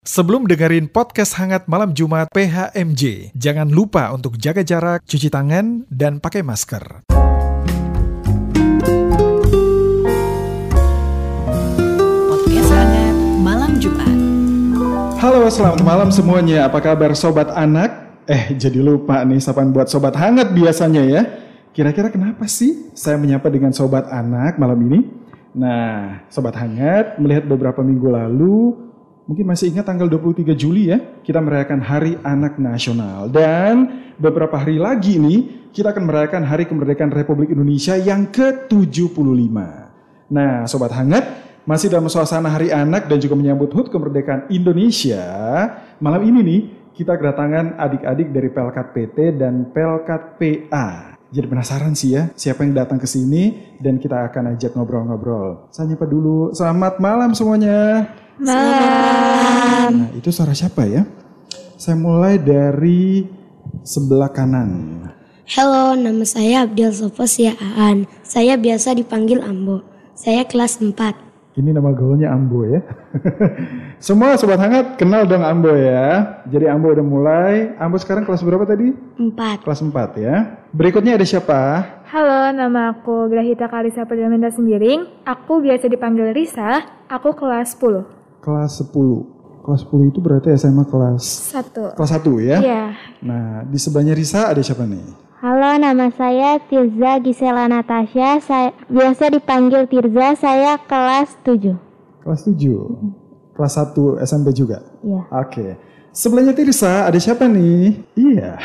Sebelum dengerin podcast Hangat Malam Jumat PHMJ, jangan lupa untuk jaga jarak, cuci tangan, dan pakai masker. Podcast Hangat Malam Jumat. Halo, selamat malam semuanya. Apa kabar Sobat Anak? Jadi lupa nih sapaan buat Sobat Hangat biasanya ya. Kira-kira kenapa sih saya menyapa dengan Sobat Anak malam ini? Nah, Sobat Hangat melihat beberapa minggu lalu, mungkin masih ingat tanggal 23 Juli ya, kita merayakan Hari Anak Nasional. Dan beberapa hari lagi nih, kita akan merayakan Hari Kemerdekaan Republik Indonesia yang ke-75. Nah, Sobat Hangat, masih dalam suasana Hari Anak dan juga menyambut HUT Kemerdekaan Indonesia, malam ini nih, kita kedatangan adik-adik dari Pelkat PT dan Pelkat PA. Jadi penasaran sih ya, siapa yang datang ke sini dan kita akan ajak ngobrol-ngobrol. Saya nyapa dulu, selamat malam semuanya. Malam. Nah, itu suara siapa ya? Saya mulai dari sebelah kanan. Halo, nama saya Abdel Sofos Aan. Saya biasa dipanggil Ambo. Saya kelas 4. Ini nama gaulnya Ambo ya. Semua Sobat Hangat kenal dong Ambo ya. Jadi Ambo udah mulai. Ambo sekarang kelas berapa tadi? 4. Kelas 4 ya. Berikutnya ada siapa? Halo, nama aku Grahita Kalisa Perdamenta Sembiring. Aku biasa dipanggil Risa. Aku kelas 10. Kelas 10. Kelas 10 itu berarti SMA kelas 1. Kelas 1 ya? Iya. Nah, di sebelahnya Risa ada siapa nih? Halo, nama saya Tirza Gisela Natasha. Saya biasa dipanggil Tirza. Saya kelas 7. Kelas 7. Kelas 1 SMP juga? Iya. Oke. Sebelahnya Tirza ada siapa nih? Iya.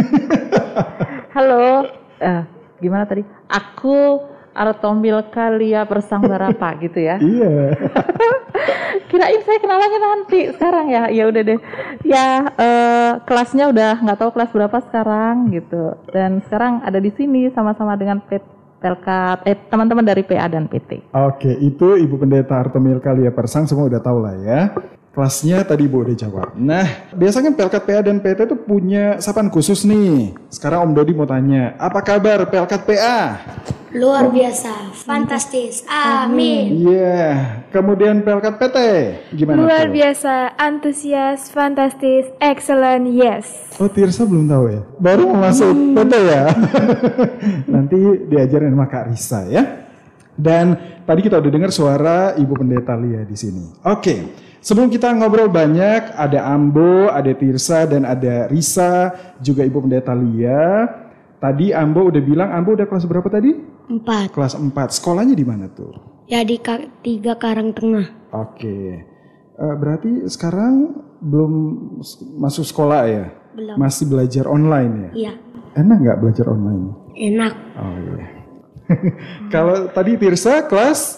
Halo, gimana tadi? Aku Artomil Kalia Persangbarapa gitu ya. Iya. Kirain saya kenalannya nanti, sekarang ya. Ya udah deh. Ya kelasnya udah nggak tahu kelas berapa sekarang gitu. Dan sekarang ada di sini sama-sama dengan Pelkat, teman-teman dari PA dan PT. Oke, itu Ibu Pendeta Artomil Kalia Persang, semua udah tahu lah ya. Kelasnya tadi Ibu udah jawab. Nah, biasanya Pelkat PA dan PT itu punya sapaan khusus nih. Sekarang Om Dodi mau tanya, apa kabar Pelkat PA? Luar biasa, fantastis, amin. Iya, kemudian Pelkat PT, gimana Luar tuh? biasa, antusias, fantastis, excellent, yes. Oh, Tirsa belum tahu ya? Baru mau masuk PT ya? Nanti diajarin sama Kak Risa ya. Dan tadi kita udah dengar suara Ibu Pendeta Lia di sini. Oke. Sebelum kita ngobrol banyak, ada Ambo, ada Tirsa, dan ada Risa, juga Ibu Pendeta Lia. Tadi Ambo udah bilang, Ambo udah kelas berapa tadi? 4. Kelas 4. Sekolahnya di mana tuh? Ya di 3 Karang Tengah. Oke. Berarti sekarang belum masuk sekolah ya? Belum. Masih belajar online ya? Iya, Enak nggak belajar online? enak. Oh iya. Kalau tadi Tirsa kelas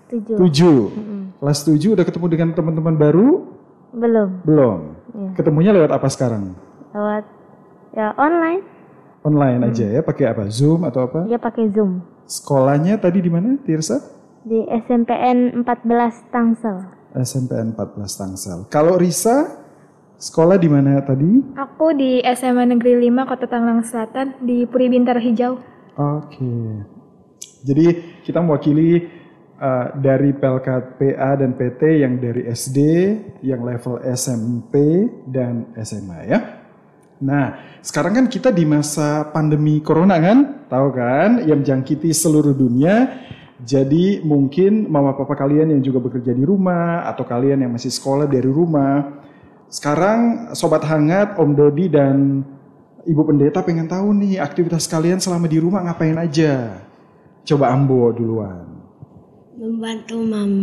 7. Kelas 7 udah ketemu dengan teman-teman baru? Belum. Belum. Iya. Ketemunya lewat apa sekarang? Lewat ya online. Online aja ya, pakai apa? Zoom atau apa? Ya pakai Zoom. Sekolahnya tadi di mana, Tirsa? Di SMPN 14 Tangsel. SMPN 14 Tangsel. Kalau Risa, sekolah di mana tadi? Aku di SMA Negeri 5 Kota Tangerang Selatan di Puri Bintaro Hijau. Oke. Jadi kita mewakili dari Pelkat PA dan PT yang dari SD, yang level SMP dan SMA ya. Nah, sekarang kan kita di masa pandemi corona kan, tahu kan, yang menjangkiti seluruh dunia. Jadi mungkin mama papa kalian yang juga bekerja di rumah atau kalian yang masih sekolah dari rumah. Sekarang Sobat Hangat, Om Dodi dan Ibu Pendeta pengen tahu nih aktivitas kalian selama di rumah ngapain aja. Coba Ambo duluan. Membantu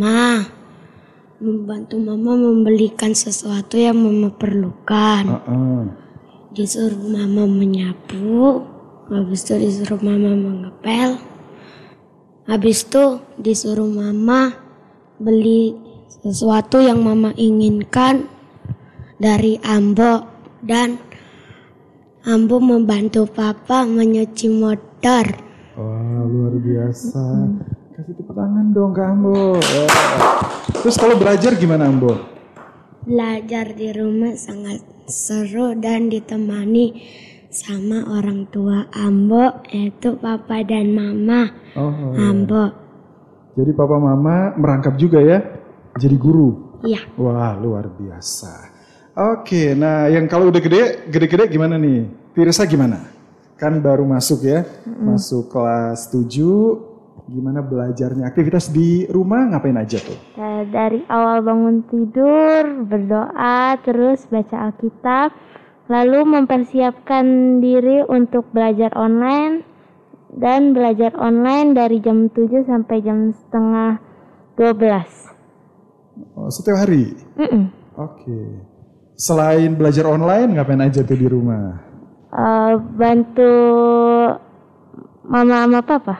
mama membelikan sesuatu yang mama perlukan. Disuruh mama menyapu, habis itu disuruh mama mengepel, habis itu disuruh mama beli sesuatu yang mama inginkan dari Ambo, dan Ambo membantu papa menyuci motor. Wah, luar biasa. Kasih tepuk tangan dong ke Ambo. Terus kalau belajar gimana Ambo? Belajar di rumah sangat seru dan ditemani sama orang tua Ambo, yaitu papa dan mama Oh, Ambo. Jadi papa mama merangkap juga ya, jadi guru. Iya. Wah, luar biasa. Oke, nah yang kalau udah gede-gede gimana nih? Tirsa gimana? Kan baru masuk ya, masuk kelas 7. Gimana belajarnya? Aktivitas di rumah ngapain aja tuh? Dari awal bangun tidur, berdoa, terus baca Alkitab, lalu mempersiapkan diri untuk belajar online, dan belajar online dari jam 7 sampai jam setengah 12. Oh, setiap hari? Oke. Selain belajar online, ngapain aja tuh di rumah? Bantu mama sama papa.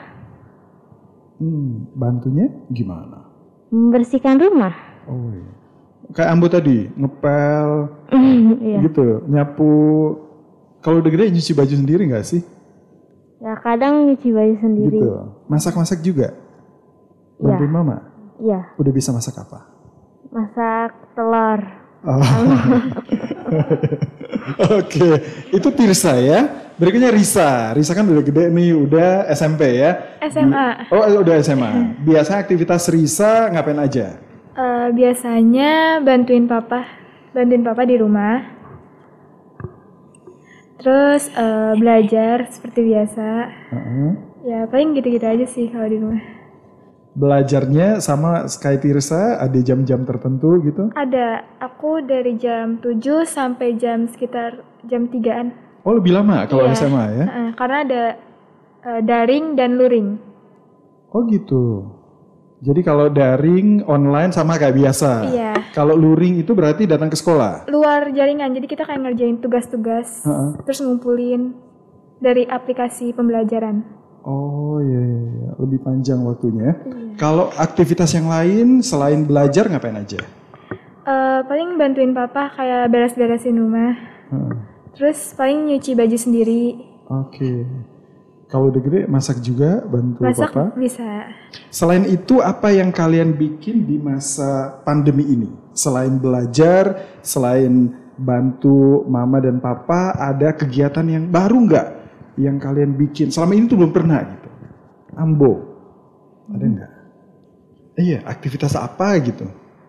Bantunya gimana? Membersihkan rumah. Oh iya. Kayak Ambo tadi, ngepel, Iya. gitu, nyapu. Kalau udah gede nyuci baju sendiri nggak sih? Ya kadang nyuci baju sendiri. Gitu. Masak-masak juga? Bantuin mama? Iya. Udah bisa masak apa? Masak telur. Oh. Oke, itu Tirsa ya. Berikutnya Risa. Risa kan udah gede nih, udah SMP ya? SMA. Oh, udah SMA. Biasa aktivitas Risa ngapain aja? Biasanya bantuin papa di rumah. Terus belajar seperti biasa. Ya paling gitu-gitu aja sih kalau di rumah. Belajarnya sama kayak Tirsa, ada jam-jam tertentu gitu? Ada, aku dari jam 7 sampai sekitar jam 3-an. Oh, lebih lama kalau Iya. SMA ya? Karena ada daring dan luring. Oh gitu. Jadi kalau daring online sama kayak biasa. Iya. Kalau luring itu berarti datang ke sekolah. Luar jaringan, jadi kita kayak ngerjain tugas-tugas, terus ngumpulin dari aplikasi pembelajaran. Oh iya, lebih panjang waktunya. Kalau aktivitas yang lain selain belajar ngapain aja? Paling bantuin papa kayak beres-beresin rumah. Terus paling nyuci baju sendiri. Oke. Kalau udah gede masak juga bantu Masak papa? bisa. Selain itu apa yang kalian bikin di masa pandemi ini? Selain belajar, selain bantu mama dan papa, ada kegiatan yang baru nggak yang kalian bikin? Selama ini tuh belum pernah gitu. Ambo, ada nggak? Iya, aktivitas apa gitu?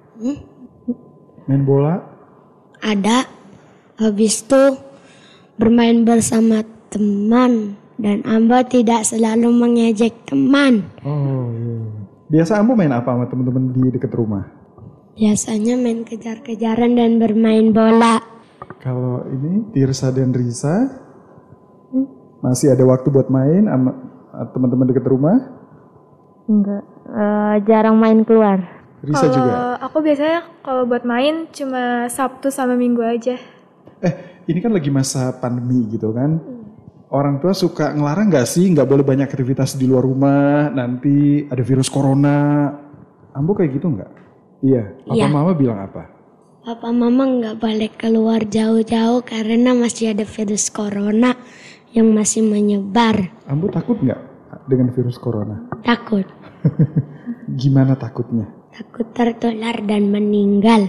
Main bola? Ada. Habis itu bermain bersama teman. Dan Ambo tidak selalu mengejek teman. Oh iya. Biasa Ambo main apa sama teman-teman di dekat rumah? Biasanya main kejar-kejaran dan bermain bola. Kalau ini Tirsa dan Risa masih ada waktu buat main sama teman-teman dekat rumah? Enggak, jarang main keluar. Risa juga? Kalau aku biasanya kalau buat main cuma Sabtu sama Minggu aja. Ini kan lagi masa pandemi gitu kan? Orang tua suka ngelarang nggak sih nggak boleh banyak aktivitas di luar rumah, nanti ada virus corona. Ambo kayak gitu nggak? Iya. Papa mama bilang apa? Papa mama nggak boleh keluar jauh-jauh karena masih ada virus corona yang masih menyebar. Ambo takut nggak dengan virus corona? Takut. Gimana takutnya? Takut tertular dan meninggal.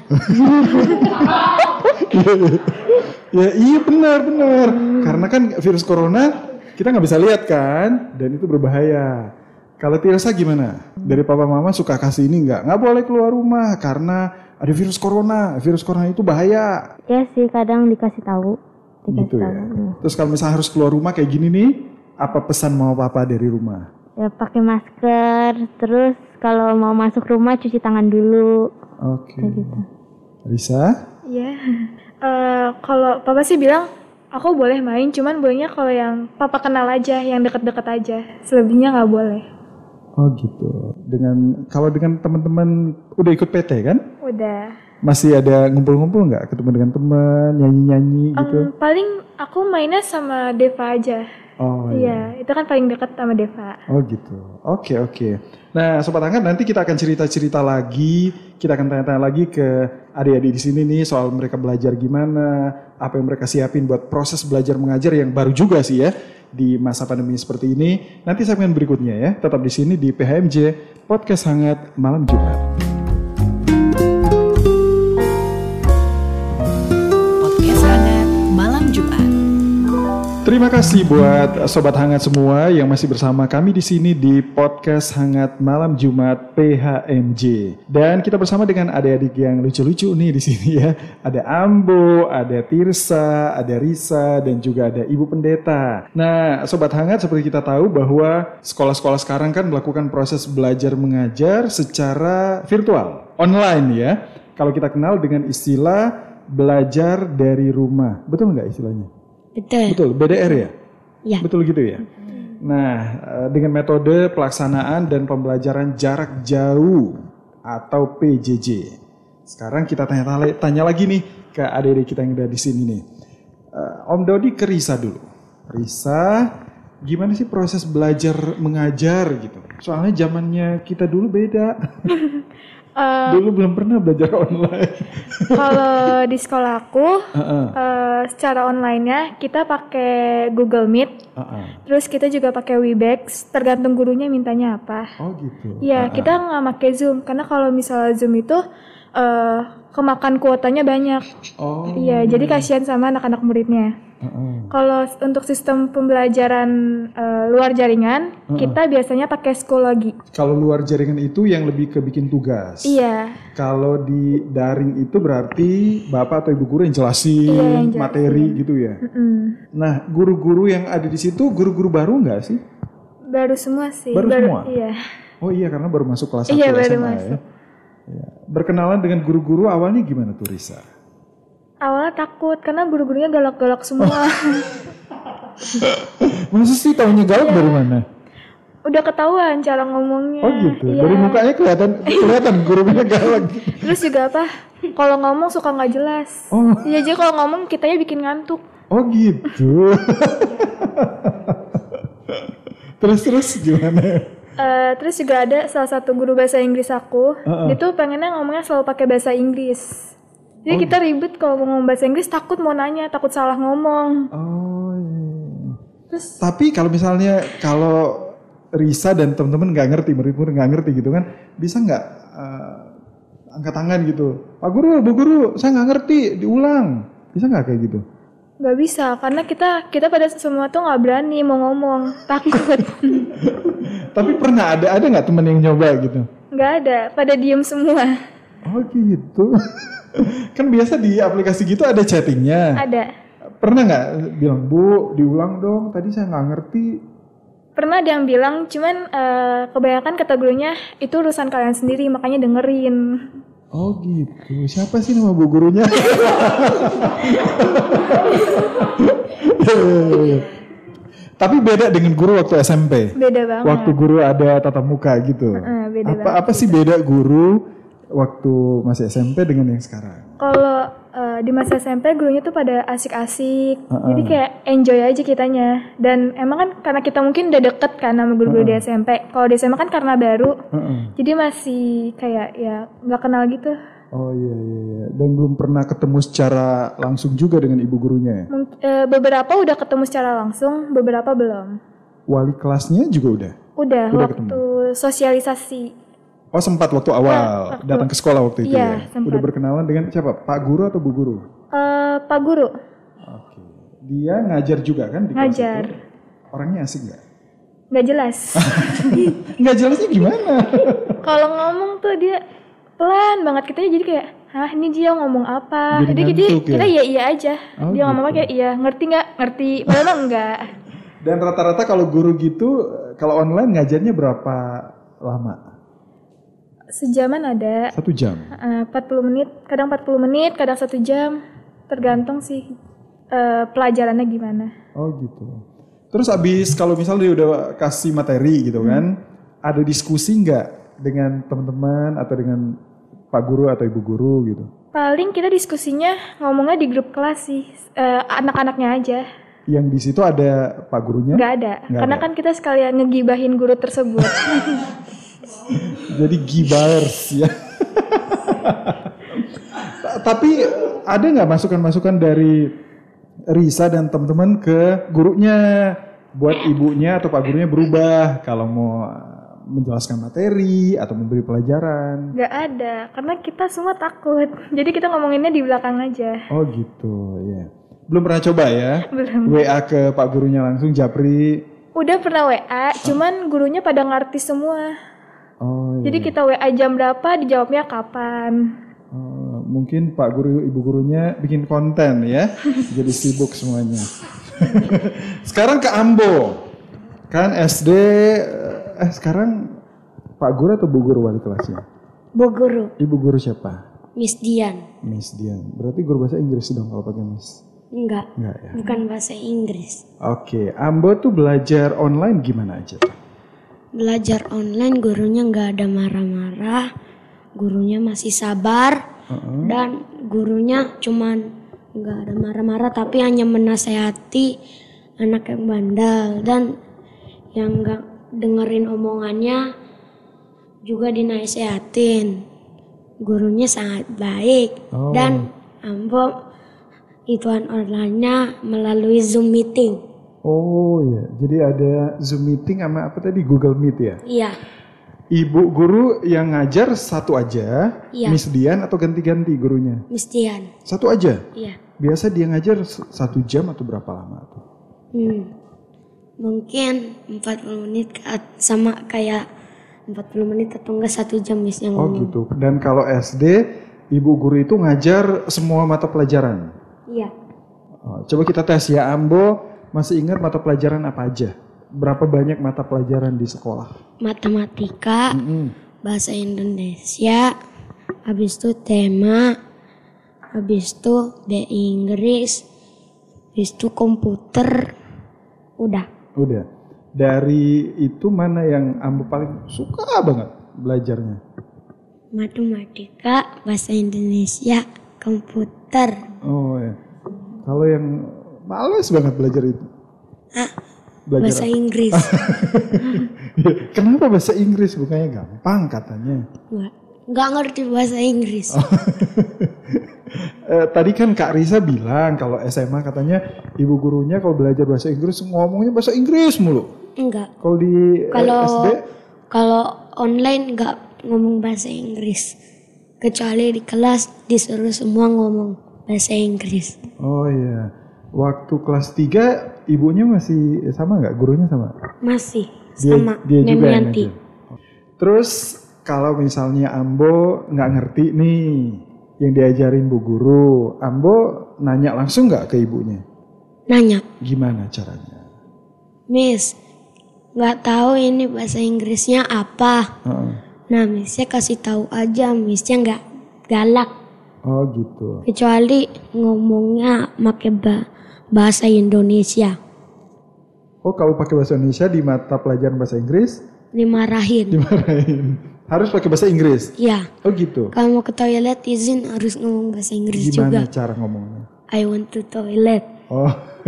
Ya iya benar. Karena kan virus corona kita nggak bisa lihat kan, dan itu berbahaya. Kalau Tirsa gimana? Dari papa mama suka kasih ini nggak boleh keluar rumah karena ada virus corona. Virus corona itu bahaya. Ya sih kadang dikasih tahu. Gitu ya. Terus kalau misalnya harus keluar rumah kayak gini nih, apa pesan mama papa dari rumah? Ya pakai masker, terus kalau mau masuk rumah cuci tangan dulu. Oke. Gitu. Risa? Iya. Kalau papa sih bilang aku boleh main, cuman bolehnya kalau yang papa kenal aja, yang deket-deket aja. Selebihnya nggak boleh. Oh gitu. Kalau dengan teman-teman udah ikut PT kan? Udah. Masih ada ngumpul-ngumpul nggak? Ketemu dengan teman, nyanyi-nyanyi gitu? Paling aku mainnya sama Deva aja. Oh iya. Itu kan paling deket sama Deva. Oh gitu. Oke. Nah, Sobat Hangat, nanti kita akan cerita-cerita lagi. Kita akan tanya-tanya lagi ke adik-adik di sini nih soal mereka belajar gimana, apa yang mereka siapin buat proses belajar mengajar yang baru juga sih ya di masa pandemi seperti ini. Nanti segmen berikutnya ya. Tetap di sini di PHMJ Podcast Hangat Malam Jumat. Podcast Hangat Malam Jumat. Terima kasih buat Sobat Hangat semua yang masih bersama kami di sini di podcast Hangat Malam Jumat PHMJ. Dan kita bersama dengan adik-adik yang lucu-lucu nih di sini ya. Ada Ambo, ada Tirsa, ada Risa, dan juga ada Ibu Pendeta. Nah, Sobat Hangat, seperti kita tahu bahwa sekolah-sekolah sekarang kan melakukan proses belajar mengajar secara virtual, online ya. Kalau kita kenal dengan istilah belajar dari rumah. Betul nggak istilahnya? Betul, BDR ya? Ya. Betul gitu ya? Nah, dengan metode pelaksanaan dan pembelajaran jarak jauh atau PJJ. Sekarang kita tanya lagi nih ke adik-adik kita yang ada di sini nih. Om Dodi ke Risa dulu. Risa, gimana sih proses belajar mengajar gitu? Soalnya zamannya kita dulu beda. Dulu belum pernah belajar online. Kalau di sekolah aku, secara online-nya kita pakai Google Meet. Terus kita juga pakai Webex, tergantung gurunya mintanya apa. Oh gitu. Iya, kita nggak pakai Zoom karena kalau misalnya Zoom itu kemakan kuotanya banyak. Oh. Iya, jadi kasihan sama anak-anak muridnya. Kalau untuk sistem pembelajaran luar jaringan, kita biasanya pakai Schoology. Kalau luar jaringan itu yang lebih ke bikin tugas. Iya. Kalau di daring itu berarti bapak atau ibu guru yang jelasin, yang jelasin materi gitu ya. Nah, guru-guru yang ada di situ guru-guru baru nggak sih? Baru semua sih. Baru semua? Iya. Oh iya, karena baru masuk kelas 1 Iya, baru SMA masuk. ya. Ya. Berkenalan dengan guru-guru awalnya gimana tuh Risa? Awalnya takut karena guru-gurunya galak-galak semua. Masa sih taunya galak dari mana? Udah ketahuan cara ngomongnya. Oh gitu. Iya. Dari mukanya kelihatan gurunya galak. Terus juga apa? Kalau ngomong suka nggak jelas. Oh. Iya, jadi kalau ngomong kitanya bikin ngantuk. Oh gitu. Terus gimana? Terus juga ada salah satu guru bahasa Inggris aku, dia tuh pengennya ngomongnya selalu pakai bahasa Inggris. Jadi kita ribet kalau mau ngomong bahasa Inggris, takut mau nanya, takut salah ngomong. Oh iya. Terus Tapi kalau misalnya kalau Risa dan teman-teman nggak ngerti, murid-murid nggak ngerti gitu kan, bisa nggak angkat tangan gitu? Pak Guru, Bu Guru, saya nggak ngerti, diulang. Bisa nggak kayak gitu? nggak bisa karena kita pada semua tuh nggak berani mau ngomong, takut. Tapi pernah ada nggak teman yang nyoba gitu? Nggak ada, pada diem semua. Oh gitu. Kan biasa di aplikasi gitu ada chattingnya. Ada. Pernah nggak bilang, Bu, diulang dong, tadi saya nggak ngerti. Pernah ada yang bilang, cuman kebanyakan kata gurunya itu urusan kalian sendiri, makanya dengerin. Oh gitu. Siapa sih nama bu gurunya? Tapi beda dengan guru waktu SMP. Beda banget. Waktu guru ada tatap muka gitu. Beda Apa sih beda guru waktu masih SMP dengan yang sekarang? Kalau di masa SMP gurunya tuh pada asik-asik, jadi kayak enjoy aja kitanya. Dan emang kan karena kita mungkin udah deket kan sama guru-guru di SMP. Kalau di SMA kan karena baru, jadi masih kayak ya nggak kenal gitu. Oh iya. Dan belum pernah ketemu secara langsung juga dengan ibu gurunya ya? Beberapa udah ketemu secara langsung, beberapa belum. Wali kelasnya juga udah? Udah waktu ketemu? Sosialisasi. Oh sempat waktu awal datang ke sekolah waktu itu ya? Sempat. Udah berkenalan dengan siapa? Pak Guru atau Bu Guru? Pak Guru. Oke. Dia ngajar juga kan di kelas Ngajar. itu? Orangnya asik nggak? Nggak jelas. Nggak jelasnya gimana? Kalau ngomong tuh dia pelan banget, kitanya jadi kayak, hah ini dia ngomong apa? Jadi Jadi ngantuk ya? kita iya aja. Oh, Dia ngomong apa gitu. kayak iya, ngerti nggak? Ngerti. Padahal mah enggak. Dan rata-rata kalau guru gitu, kalau online ngajarnya berapa lama? Sejaman ada. 1 jam? 40 menit, kadang 40 menit, kadang 1 jam. Tergantung sih pelajarannya gimana. Oh gitu. Terus abis kalau misalnya dia udah kasih materi gitu kan, ada diskusi nggak dengan teman-teman atau dengan Pak Guru atau Ibu Guru gitu? Paling kita diskusinya ngomongnya di grup kelas sih, anak-anaknya aja. Yang di situ ada Pak Gurunya? Nggak ada, Nggak karena ada. kan kita sekalian ngegibahin guru tersebut. Jadi gibers ya. Tapi ada nggak masukan-masukan dari Risa dan teman-teman ke gurunya buat ibunya atau Pak Gurunya berubah kalau mau menjelaskan materi atau memberi pelajaran? Nggak ada, karena kita semua takut. Jadi kita ngomonginnya di belakang aja. Oh gitu ya. Belum pernah coba ya? Belum. WA ke Pak gurunya langsung, japri. Udah pernah WA, cuman gurunya pada ngerti semua. Oh iya. Jadi kita WA jam berapa, dijawabnya kapan. Mungkin Pak guru, Ibu gurunya bikin konten ya. Jadi sibuk semuanya. Sekarang ke Ambo. Kan SD, sekarang Pak guru atau Bu guru wali kelasnya? Bu guru, Ibu guru siapa? Miss Dian. Miss Dian. Berarti guru bahasa Inggris dong kalau pakai Miss. Enggak, Enggak ya? bukan bahasa Inggris. Oke, Ambo tuh belajar online gimana aja? Belajar online gurunya nggak ada marah-marah, gurunya masih sabar, dan gurunya cuman nggak ada marah-marah tapi hanya menasehati anak yang bandel dan yang nggak dengerin omongannya juga dinasehatin. Gurunya sangat baik dan Ambo ituan online-nya melalui Zoom meeting. Oh iya, jadi ada Zoom meeting sama apa tadi, Google Meet ya? Iya, Ibu guru yang ngajar satu aja, Iya. Miss Dian atau ganti-ganti gurunya? Miss Dian. Satu aja? Iya. Biasa dia ngajar 1 jam atau berapa lama tuh? Mungkin 40 menit sama kayak 40 menit atau enggak 1 jam Miss yang Oh ngomong. gitu. Dan kalau SD, ibu guru itu ngajar semua mata pelajaran? Iya. Coba kita tes ya, Ambo masih ingat mata pelajaran apa aja? Berapa banyak mata pelajaran di sekolah? Matematika, bahasa Indonesia, habis itu tema, habis itu bahasa Inggris, habis itu komputer, udah. Udah. Dari itu mana yang Ambo paling suka banget belajarnya? Matematika, bahasa Indonesia, komputer. Oh ya. Kalau yang males banget belajar itu? Bahasa Inggris. Kenapa bahasa Inggris? Bukannya gampang katanya. Nggak ngerti bahasa Inggris. Tadi kan Kak Risa bilang kalau SMA katanya ibu gurunya kalau belajar bahasa Inggris ngomongnya bahasa Inggris mulu. Enggak. Kalau di SD? Kalau online nggak ngomong bahasa Inggris. Kecuali di kelas disuruh semua ngomong bahasa Inggris. Oh iya. Waktu kelas 3 ibunya masih sama nggak? Gurunya sama? Masih Dia, sama dia Mem juga yang Yanti. ngajar. Terus kalau misalnya Ambo nggak ngerti nih yang diajarin bu guru, Ambo nanya langsung nggak ke ibunya? Nanya, Gimana caranya? Miss, nggak tahu ini bahasa Inggrisnya apa. Nah, Missnya kasih tahu aja, Missnya nggak galak. Oh gitu. Kecuali ngomongnya pakai bahasa Indonesia, Oh kalau pakai bahasa Indonesia di mata pelajaran bahasa Inggris dimarahin. dimarahin. Harus pakai bahasa Inggris? Ya, Oh gitu. kalau mau ke toilet izin harus ngomong bahasa Inggris Gimana juga. cara ngomongnya? I want to toilet. Oh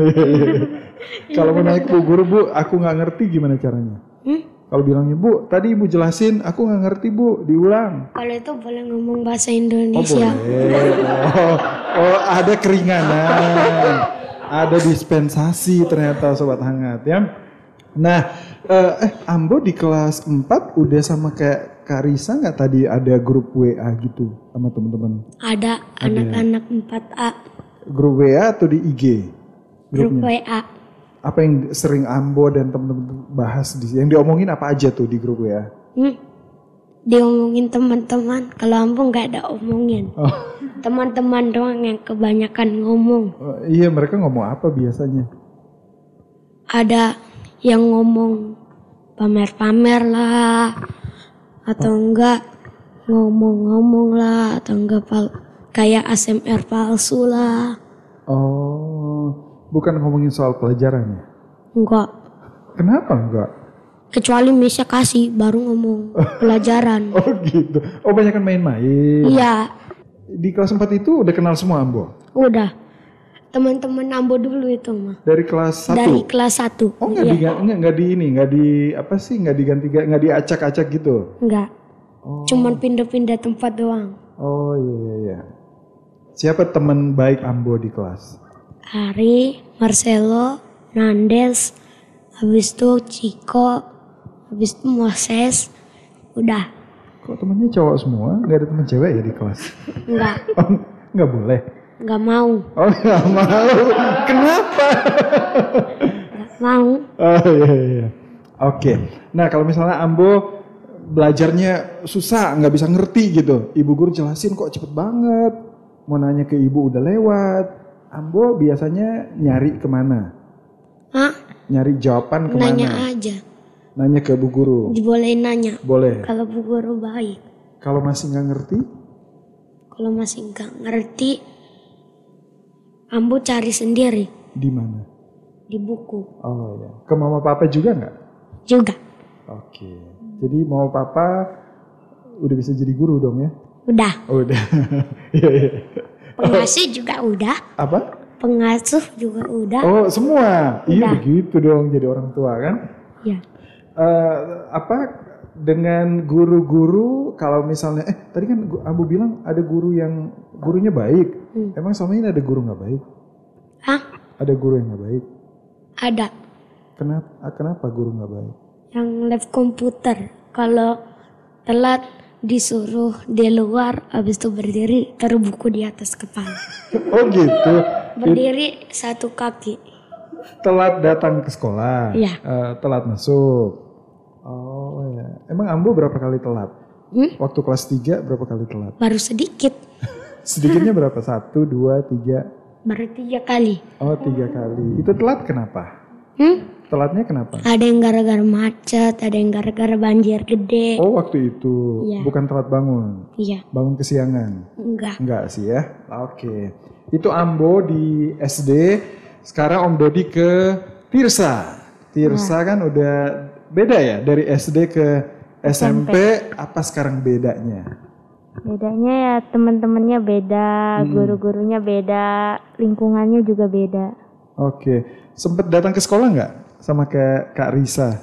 kalau mau naik bu guru bu, aku nggak ngerti gimana caranya? Kalau bilangnya bu, tadi ibu jelasin, aku nggak ngerti bu, diulang. Kalau itu boleh ngomong bahasa Oh Indonesia. boleh. Oh ada keringanan, ada dispensasi ternyata sobat hangat ya. Nah, Ambo di kelas 4 udah sama kayak Kak Risa nggak tadi ada grup WA gitu sama teman-teman? Ada anak-anak 4A Grup WA atau di IG? grup Grupnya? WA. Apa yang sering Ambo dan teman-teman bahas yang diomongin apa aja tuh di grup WA? Diomongin teman-teman. Kalau Ambo nggak ada omongin. Oh, Teman-teman doang yang kebanyakan ngomong. iya mereka ngomong apa biasanya? Ada yang ngomong pamer-pamer lah, atau enggak ngomong-ngomong lah, atau enggak kayak ASMR palsu lah. Oh, bukan ngomongin soal pelajaran ya? Enggak. Kenapa enggak? Kecuali Misha kasih baru ngomong pelajaran. Oh gitu. Oh banyak kan main-main. Iya, Di kelas 4 itu udah kenal semua Ambo? udah. Teman-teman Ambo dulu itu mah. Dari kelas 1? Dari kelas 1. Oh nggak di ini, nggak di apa sih, nggak diganti, nggak diacak-acak gitu? Enggak. Cuman pindah-pindah tempat doang. Oh iya. Siapa teman baik Ambo di kelas? Ari, Marcelo, Nandes, habis itu Chico, habis itu Moses. Udah. Kok temennya cowok semua? Nggak ada teman cewek ya di kelas? Enggak. Oh, nggak boleh. Nggak mau. Oh nggak mau. Kenapa? Nggak mau. Oh iya. Oke. Nah kalau misalnya Ambo belajarnya susah, nggak bisa ngerti gitu. Ibu guru jelasin kok cepet banget. Mau nanya ke ibu udah lewat. Ambo biasanya nyari kemana? Hah? Nyari jawaban kemana? Nanya aja. Nanya ke bu guru. Dibolehin nanya. Boleh. Kalau bu guru baik. Kalau masih nggak ngerti? Kalau masih nggak ngerti, Ambo cari sendiri Di mana? di buku. Oh ya. Ke mama papa juga nggak? Juga. Oke. Jadi mama papa udah bisa jadi guru dong ya? Udah. Oh, udah. Iya, iya. Pengasuh juga udah. Apa? Pengasuh juga udah. Oh semua. Iya Udah. begitu dong jadi orang tua kan? Ya. Apa dengan guru-guru kalau misalnya tadi kan Ambo bilang ada guru yang gurunya baik. Emang selama ini ada guru nggak baik? Hah? Ada guru yang nggak baik? Ada. Kenapa guru nggak baik? Yang lab komputer. Kalau telat disuruh di luar, habis itu berdiri, taruh buku di atas kepala. Oh gitu. Berdiri satu kaki. Telat datang ke sekolah. Iya. Telat masuk. Oh ya. Emang Ambo berapa kali telat? Waktu kelas 3 berapa kali telat? Baru sedikit. Sedikitnya berapa? 1, 2, 3. Baru 3 kali. Oh 3 kali. Itu telat kenapa? Telatnya kenapa? Ada yang gara-gara macet, ada yang gara-gara banjir gede. Oh waktu itu. Iya. Bukan telat bangun. Iya. Bangun kesiangan. Enggak. Enggak sih ya. Oke. Itu Ambo di SD. Sekarang Om Dodi ke Tirsa. Tirsa kan udah beda ya dari SD ke SMP. Apa sekarang bedanya? Bedanya ya teman-temannya beda, guru-gurunya beda, lingkungannya juga beda. Oke. Sempet datang ke sekolah nggak sama kayak Kak Risa?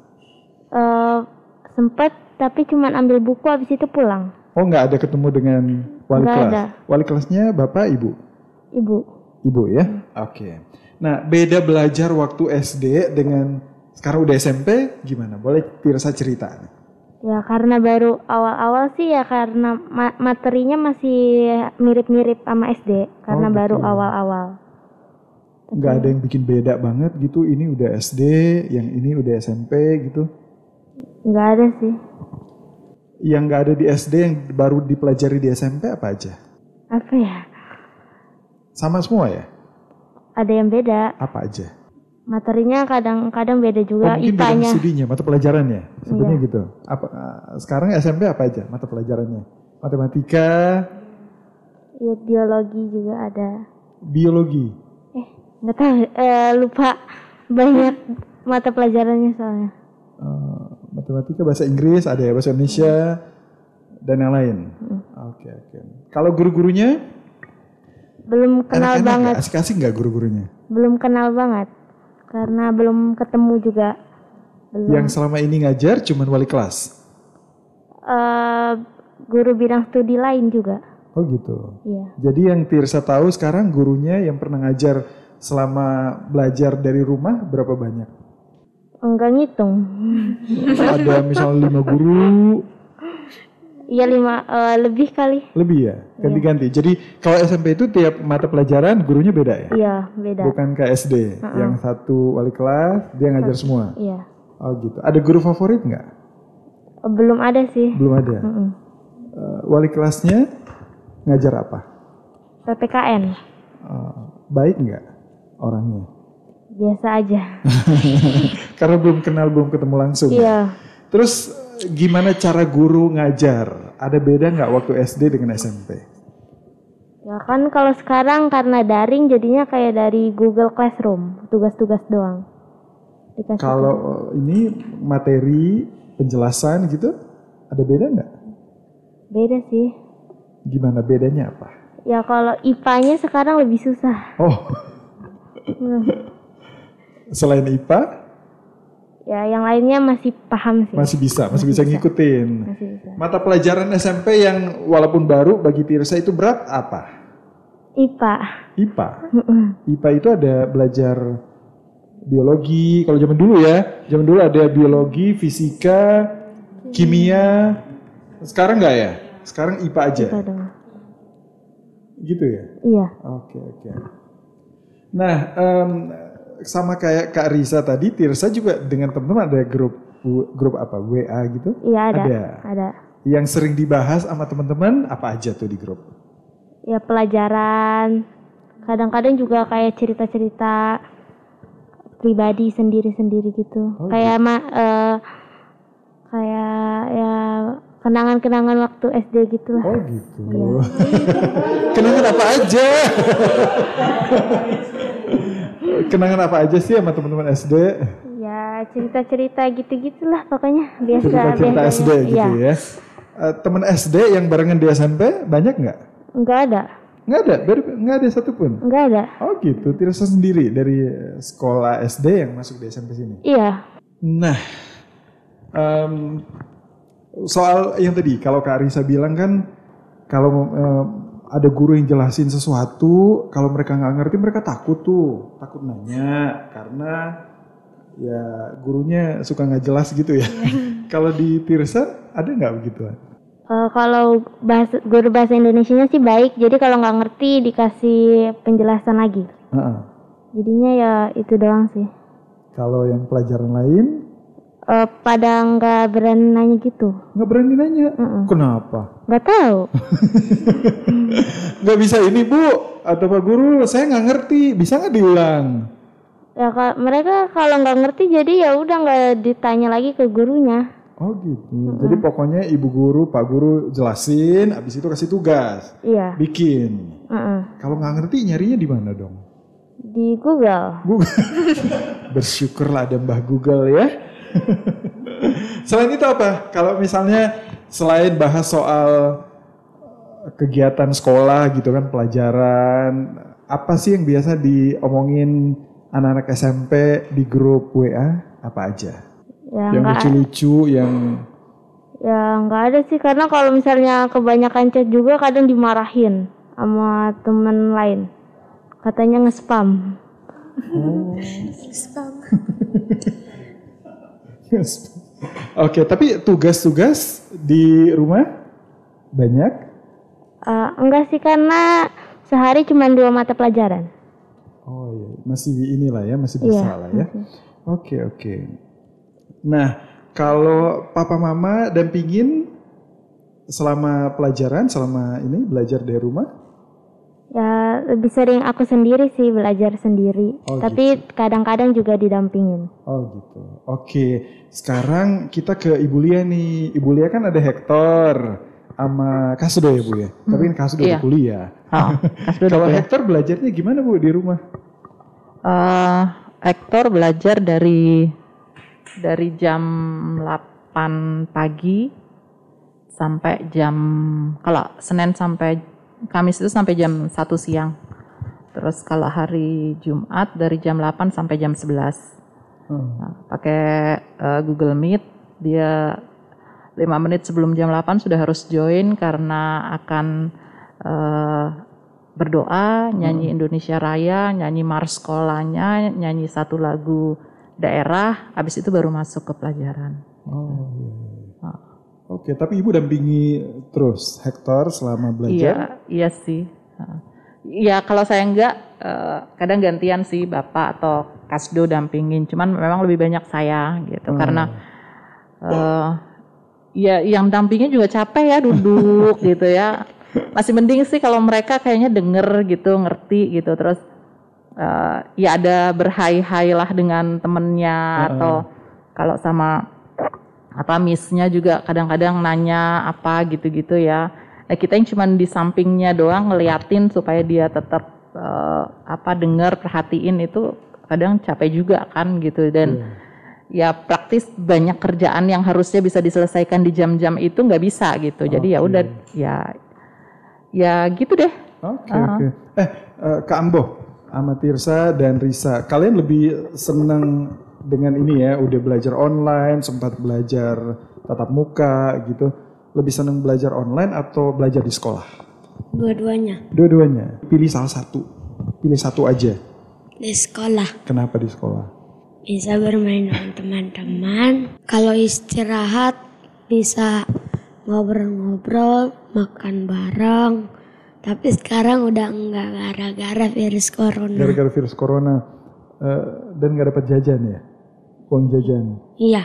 Sempet tapi cuman ambil buku habis itu pulang. Oh nggak ada ketemu dengan wali Nggak kelas? ada. Wali kelasnya Bapak Ibu? Ibu. Ibu ya? Oke. Nah beda belajar waktu SD dengan sekarang udah SMP gimana? Boleh Tirsa cerita? Ya karena baru awal-awal sih ya karena materinya masih mirip-mirip sama SD karena Oh, baru gitu. awal-awal. Nggak ada yang bikin beda banget gitu, ini udah SD, yang ini udah SMP gitu? Nggak ada sih. Yang nggak ada di SD yang baru dipelajari di SMP apa aja? Apa ya? Sama semua ya? Ada yang beda. Apa aja? Materinya kadang-kadang beda juga, mungkin beda IPA-nya. studinya, mata pelajarannya, sebetulnya Iya. gitu. Apa sekarang SMP apa aja mata pelajarannya? Matematika, Ya, biologi juga ada. biologi. Nggak tahu, lupa banyak mata pelajarannya soalnya. Matematika, bahasa Inggris, ada ya bahasa Indonesia, dan yang lain. Oke. Kalau guru-gurunya, Belum kenal enak-enak banget, nggak? Asik-asik nggak guru-gurunya? belum kenal banget. Karena belum ketemu juga. Belum. Yang selama ini ngajar cuman wali kelas? Guru bidang studi lain juga. Oh gitu. Iya. Jadi yang Tirsa tahu sekarang gurunya yang pernah ngajar selama belajar dari rumah berapa banyak? Enggak ngitung. Ada misalnya 5 guru, Iya 5 lebih kali. lebih ya? Ganti-ganti. Jadi kalau SMP itu tiap mata pelajaran gurunya beda ya? Iya beda. Bukan kayak SD, yang satu wali kelas dia ngajar semua. Iya. Oh gitu. Ada guru favorit nggak? Belum ada sih. Belum ada. Wali kelasnya ngajar apa? PPKN. Baik nggak orangnya? Biasa aja. Karena belum kenal, belum ketemu langsung. Iya. Terus gimana cara guru ngajar? Ada beda nggak waktu SD dengan SMP? Ya kan kalau sekarang karena daring jadinya kayak dari Google Classroom, tugas-tugas doang. Dikasih Kalau ini materi penjelasan gitu, ada beda nggak? beda sih. Gimana bedanya apa? Ya kalau IPA-nya sekarang lebih susah. Oh, selain IPA Ya yang lainnya masih paham sih. masih bisa ngikutin. Masih bisa. Mata pelajaran SMP yang walaupun baru bagi Tirsa itu berat apa? IPA. IPA. IPA itu ada belajar biologi. Kalau zaman dulu ya, zaman dulu ada biologi, fisika, kimia. Sekarang nggak ya? Sekarang IPA aja. IPA dong. Gitu ya? Iya. Oke. Nah, sama kayak Kak Risa tadi, Tirsa juga dengan teman-teman ada grup apa? WA gitu? Iya ada. Yang sering dibahas sama teman-teman apa aja tuh di grup? Ya pelajaran. Kadang-kadang juga kayak cerita-cerita pribadi sendiri-sendiri gitu. Kayak kayak ya kenangan-kenangan waktu SD gitu lah. Oh gitu. Iya. Kenangan apa aja? Kenangan apa aja sih sama teman-teman SD? Ya cerita-cerita gitu-gitulah pokoknya biasa. Cerita SD gitu ya. ya. Teman SD yang barengan di SMP banyak nggak? Nggak ada. Nggak ada satupun? Nggak ada. Oh gitu, Tirsa sendiri dari sekolah SD yang masuk di SMP sini? Iya. Nah, soal yang tadi, kalau Kak Risa bilang kan, kalau ada guru yang jelasin sesuatu, kalau mereka nggak ngerti mereka takut nanya, karena ya gurunya suka nggak jelas gitu ya. Kalau di Tirsa ada nggak begituan? Kalau guru bahasa Indonesianya sih baik, jadi kalau nggak ngerti dikasih penjelasan lagi. Jadinya ya itu doang sih. Kalau yang pelajaran lain? Pada nggak berani nanya gitu. Nggak berani nanya? Kenapa? Nggak tahu. Nggak bisa ini Bu atau Pak Guru, saya nggak ngerti, bisa nggak diulang? Ya mereka kalau nggak ngerti jadi ya udah nggak ditanya lagi ke gurunya. Oh gitu. Jadi pokoknya ibu guru, pak guru jelasin, abis itu kasih tugas. Iya. Bikin. Kalau nggak ngerti nyarinya di mana dong? Di Google. Bersyukurlah ada Mbah Google ya. Selain itu apa? Kalau misalnya selain bahas soal kegiatan sekolah gitu kan, pelajaran, apa sih yang biasa diomongin anak-anak SMP di grup WA? Apa aja? Yang lucu-lucu, yang... Ya nggak ada sih, karena kalau misalnya kebanyakan chat juga kadang dimarahin sama temen lain. Katanya nge-spam. Spam. Oke, tapi tugas-tugas di rumah banyak? Enggak sih, karena sehari cuma 2 mata pelajaran. Oh iya, masih inilah ya, masih bisa lah ya. Oke. Nah, kalau papa mama dampingin selama pelajaran, selama ini belajar dari rumah? Ya lebih sering aku sendiri sih, belajar sendiri. Tapi gitu. Kadang-kadang juga didampingin. Oh gitu. Oke, sekarang kita ke Ibu Lia nih. Ibu Lia kan ada Hector sama Kasdo ya Bu ya? Tapi kan Kasdo di kuliah. Kalau Hector belajarnya gimana Bu di rumah? Hector belajar dari jam 8 pagi sampai kalau Senin sampai Kamis itu sampai jam 1 siang. Terus kalau hari Jumat dari jam 8 sampai jam 11. Pakai Google Meet, dia 5 menit sebelum jam 8 sudah harus join karena akan berdoa, nyanyi Indonesia Raya, nyanyi mars sekolahnya, nyanyi satu lagu daerah, habis itu baru masuk ke pelajaran. Oke, tapi Ibu dampingi terus Hector selama belajar? Iya sih. Ya kalau saya enggak, kadang gantian sih Bapak atau Kasdo dampingin, cuman memang lebih banyak saya gitu, karena ya yang dampingin juga capek ya, duduk gitu ya. Masih mending sih kalau mereka kayaknya denger gitu, ngerti gitu, terus ya ada berhai-hai lah dengan temennya, atau kalau sama miss-nya juga kadang-kadang nanya apa gitu-gitu ya. Kita yang cuma di sampingnya doang ngeliatin supaya dia tetap denger, perhatiin, itu kadang capek juga kan gitu. Dan ya praktis banyak kerjaan yang harusnya bisa diselesaikan di jam-jam itu nggak bisa gitu. Jadi ya udah ya gitu deh. Oke. Kak Ambo sama Tirsa dan Risa, kalian lebih senang dengan ini ya, udah belajar online, sempat belajar tatap muka gitu, lebih senang belajar online atau belajar di sekolah? Dua-duanya. Dua-duanya. Pilih salah satu. Pilih satu aja. Di sekolah. Kenapa di sekolah? Bisa bermain dengan teman-teman. Kalau istirahat bisa ngobrol-ngobrol, makan bareng, Tapi sekarang udah enggak gara-gara virus corona. Gara-gara virus corona. Dan gak dapat jajan ya? Uang jajan. Iya.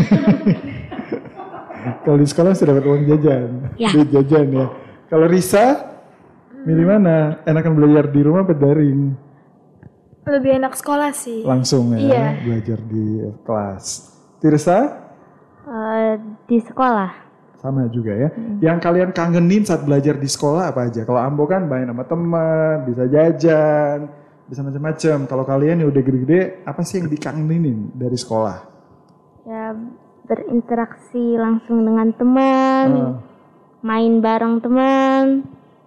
Kalau di sekolah sudah dapat uang jajan. Ya. Duit jajan ya. Kalau Risa, milih mana? Enakan belajar di rumah atau daring? Lebih enak sekolah sih. Langsung ya, Iya. belajar di kelas. Tirsa? Di sekolah. Sama juga ya. Yang kalian kangenin saat belajar di sekolah apa aja? Kalau Ambo kan main sama teman, bisa jajan, bisa macam-macam. Kalau kalian yang udah gede-gede, apa sih yang dikangenin dari sekolah? Ya berinteraksi langsung dengan teman, main bareng teman.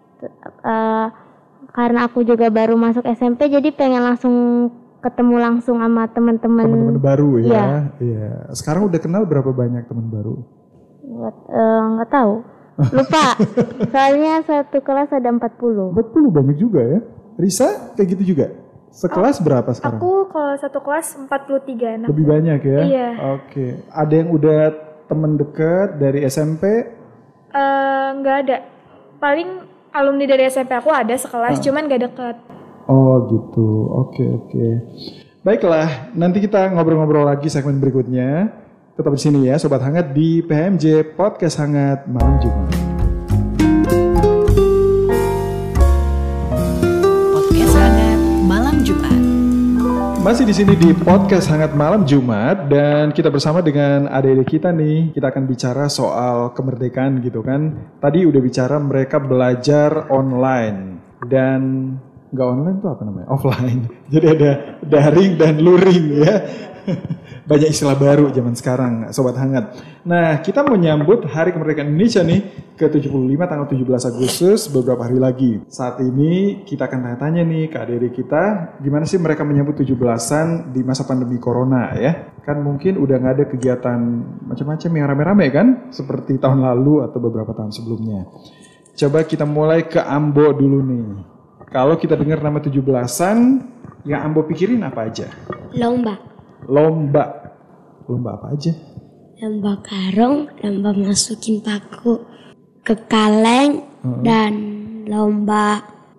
Karena aku juga baru masuk SMP, jadi pengen langsung ketemu langsung sama teman-teman. Teman-teman baru ya. Iya. Iya. Sekarang udah kenal berapa banyak teman baru? Nggak tahu, lupa. Soalnya satu kelas ada 40. 40 banyak juga ya. Risa kayak gitu juga? Sekelas berapa sekarang? Aku kalau satu kelas 43 anak. Lebih banyak ya? Iya. Oke. Ada yang udah temen deket dari SMP? Nggak ada. Paling alumni dari SMP aku ada sekelas, cuman gak deket. Oh gitu. Oke. Baiklah, nanti kita ngobrol-ngobrol lagi segmen berikutnya. Tetap di sini ya, Sobat Hangat di PHMJ Podcast Hangat Malam Jumat. Podcast Hangat Malam Jumat. Masih di sini di Podcast Hangat Malam Jumat dan kita bersama dengan adik-adik kita nih. Kita akan bicara soal kemerdekaan gitu kan. Tadi udah bicara mereka belajar online dan nggak online tuh apa namanya? Offline. Jadi ada daring dan luring ya. Banyak istilah baru zaman sekarang, Sobat Hangat. Nah, kita mau nyambut Hari Kemerdekaan Indonesia nih ke-75 tanggal 17 Agustus beberapa hari lagi. Saat ini kita akan tanya-tanya nih ke adik-adik kita, gimana sih mereka menyambut 17-an di masa pandemi Corona ya? Kan mungkin udah nggak ada kegiatan macam-macam yang rame-rame kan? Seperti tahun lalu atau beberapa tahun sebelumnya. Coba kita mulai ke Ambo dulu nih. Kalau kita dengar nama 17-an, yang Ambo pikirin apa aja? Lomba apa aja? Lomba karung, lomba masukin paku ke kaleng, dan lomba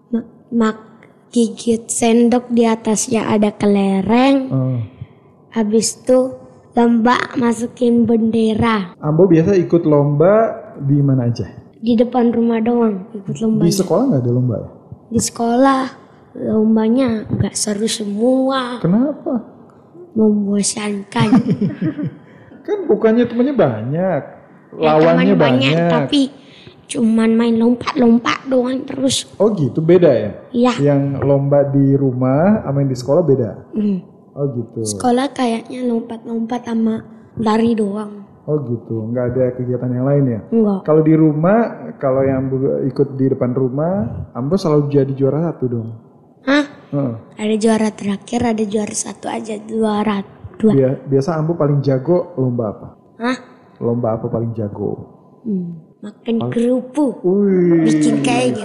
gigit sendok di atasnya ada kelereng. Habis itu lomba masukin bendera. Ambo biasa ikut lomba di mana aja? Di depan rumah doang ikut lomba. Di sekolah nggak ada lomba ya? Di sekolah lombanya nggak seru semua. Kenapa? Membosankan. Kan bukannya temannya banyak, lawannya teman banyak. Tapi cuman main lompat-lompat doang terus. Oh gitu, beda ya? Iya. Yang lomba di rumah sama yang di sekolah beda? Oh gitu. Sekolah kayaknya lompat-lompat sama lari doang. Oh gitu, nggak ada kegiatan yang lain ya? Enggak. Kalau di rumah, kalau yang ikut di depan rumah, Ambo selalu jadi juara 1 dong? Hah? Ada juara terakhir, ada juara 1 aja, juara 2. Biasa Ambo paling jago lomba apa? Hah? Lomba apa paling jago? Makan kerupuk. Wih. Bikin kayaknya.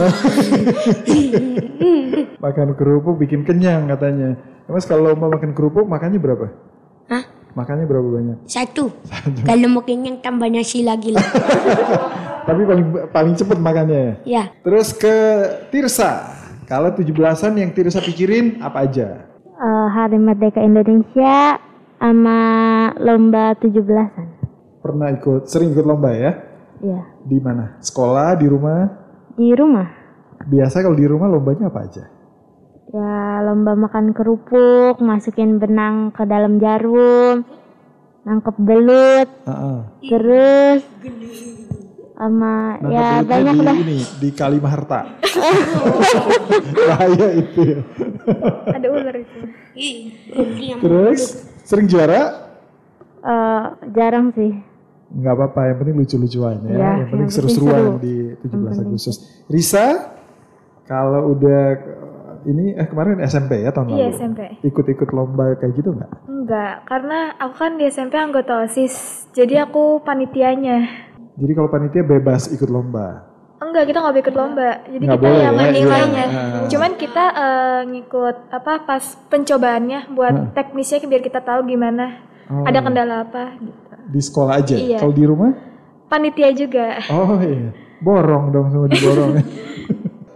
Makan kerupuk bikin kenyang katanya. Mas kalau lomba makan kerupuk makannya berapa? Hah? Makannya berapa banyak? 1. Kalau mau kenyang tambah nasi lagi lah. Tapi paling cepet makannya ya? Ya. Terus ke Tirsa. Kalau 17-an yang Tirsa pikirin apa aja? Hari Merdeka Indonesia sama lomba 17-an. Pernah sering ikut lomba ya? Iya. Di mana? Sekolah, di rumah? Di rumah. Biasa kalau di rumah lombanya apa aja? Ya lomba makan kerupuk, masukin benang ke dalam jarum, nangkep belut, terus sama ya banyak di dah. Di Kalimaharta. Bahaya itu ya. Ada ular itu. Terus sering juara? Jarang sih. Nggak apa-apa, yang penting lucu-lucuan ya. Ya, yang penting yang seru-seruan seru. di 17 Agustus. Risa, kalau udah ini kemarin SMP ya tahun lalu? Iya SMP. Ikut-ikut lomba kayak gitu nggak? Enggak, karena aku kan di SMP anggota OSIS, jadi aku panitianya. Jadi kalau panitia bebas ikut lomba? Enggak, kita nggak ikut lomba, jadi Nggak kita boleh yang ya, main iya. nilainya. Cuman kita ngikut pas pencobaannya buat teknisnya biar kita tahu gimana, ada kendala apa gitu. Di sekolah aja? Iya. Kalau di rumah? Panitia juga. Oh iya, borong dong, semua diborong.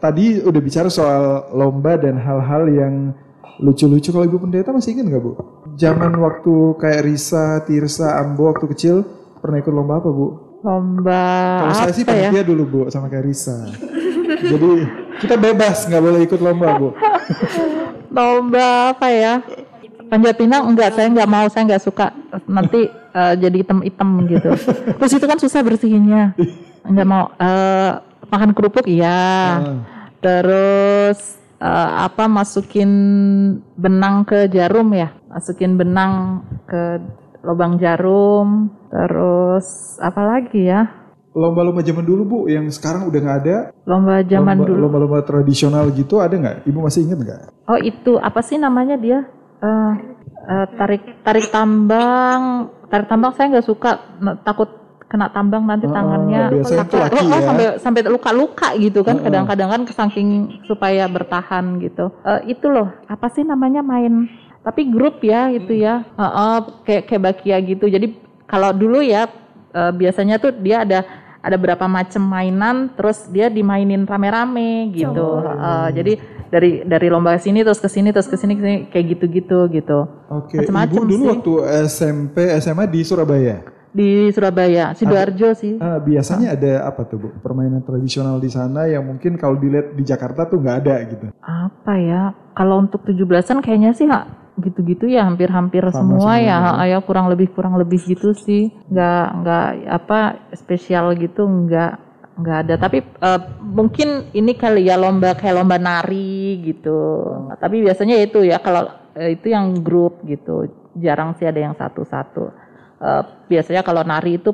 tadi udah bicara soal lomba dan hal-hal yang lucu-lucu. Kalau Ibu Pendeta masih ingat nggak Bu? Zaman waktu kayak Risa, Tirsa, Ambo waktu kecil pernah ikut lomba apa Bu? Lomba Kalau saya sih apa ya? panitia dulu Bu sama kayak Risa. Jadi kita bebas nggak boleh ikut lomba Bu. Lomba apa ya? Panjat pinang enggak, saya nggak mau, saya nggak suka. Nanti jadi hitam-hitam gitu. Terus itu kan susah bersihinnya. Nggak mau. Makan kerupuk iya. Terus masukin benang ke jarum ya? Masukin benang ke lubang jarum. Terus apa lagi ya? Lomba-lomba zaman dulu Bu yang sekarang udah nggak ada. Lomba zaman dulu. Lomba-lomba tradisional gitu ada nggak? Ibu masih ingat nggak? Oh itu apa sih namanya dia? Tarik tambang saya nggak suka, takut kena tambang nanti tangannya biasanya itu laki ya. sampai luka gitu kan. Kadang-kadang kan saking supaya bertahan gitu. Itu loh apa sih namanya main tapi grup ya itu ya. Kayak bakia gitu. Jadi kalau dulu ya biasanya tuh dia ada berapa macam mainan, terus dia dimainin rame-rame gitu. Jadi dari lomba sini terus ke sini kayak gitu. Oke. Macem-macem Ibu dulu sih. waktu SMP, SMA di Surabaya. Di Surabaya, Sidoarjo sih. Biasanya ada apa tuh Bu? Permainan tradisional di sana yang mungkin kalau dilihat di Jakarta tuh nggak ada gitu. Apa ya? Kalau untuk 17-an kayaknya sih gitu-gitu ya, hampir semua ya. Ya kurang lebih gitu sih. Nggak spesial gitu nggak ada. Tapi mungkin ini kali ya kayak lomba nari gitu. Tapi biasanya itu ya kalau itu yang grup gitu. Jarang sih ada yang satu-satu. Biasanya kalau nari itu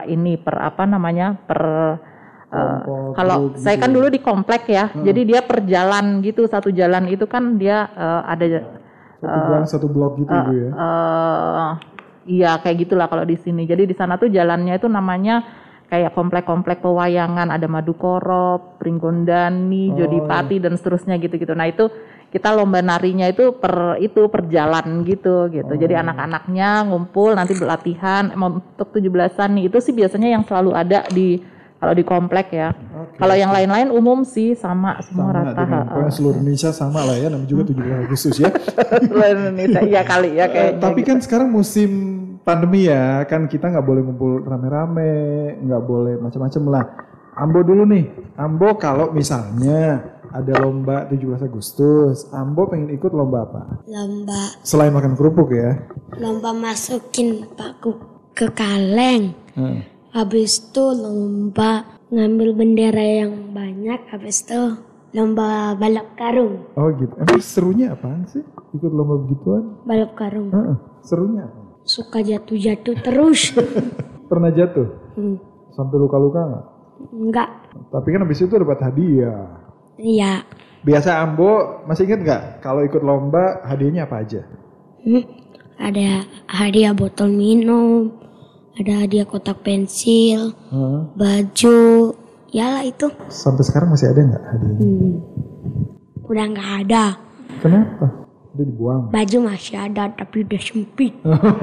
kalau saya kan dulu di komplek ya, jadi dia per jalan gitu, satu jalan itu kan dia ada satu blok gitu Bu ya. Iya kayak gitulah kalau di sini. Jadi di sana tuh jalannya itu namanya kayak komplek-komplek pewayangan, ada Madukoro, Pringgondani, Jodipati dan seterusnya gitu-gitu. Nah itu kita lomba narinya itu per jalan gitu. Jadi anak-anaknya ngumpul nanti berlatihan untuk 17-an nih. Itu sih biasanya yang selalu ada kalau di komplek ya. Kalau yang lain-lain umum sih sama semua rata. Pokoknya seluruh Indonesia sama lah ya, namanya juga 17 Agustus ya. Seluruh Indonesia iya kali ya kayaknya. Tapi kan sekarang musim pandemi ya, kan kita nggak boleh ngumpul rame-rame, nggak boleh macam-macam lah. Ambo dulu nih, Ambo kalau misalnya ada lomba 17 Agustus, Ambo pengen ikut lomba apa? Lomba Selain makan kerupuk ya? lomba masukin paku ke kaleng. Habis itu lomba ngambil bendera yang banyak. Habis itu lomba balap karung. Oh gitu. Emang serunya apaan sih ikut lomba begituan? Balap karung. Serunya apa? Suka jatuh-jatuh terus. Pernah jatuh? Sampai luka-luka nggak? Enggak. Tapi kan habis itu dapat hadiah. Iya. Biasa Ambo masih ingat nggak kalau ikut lomba hadiahnya apa aja? Ada hadiah botol minum, ada hadiah kotak pensil, baju, yalah itu. Sampai sekarang masih ada nggak hadiahnya? Udah nggak ada. Kenapa? Udah dibuang. Baju masih ada tapi udah sempit.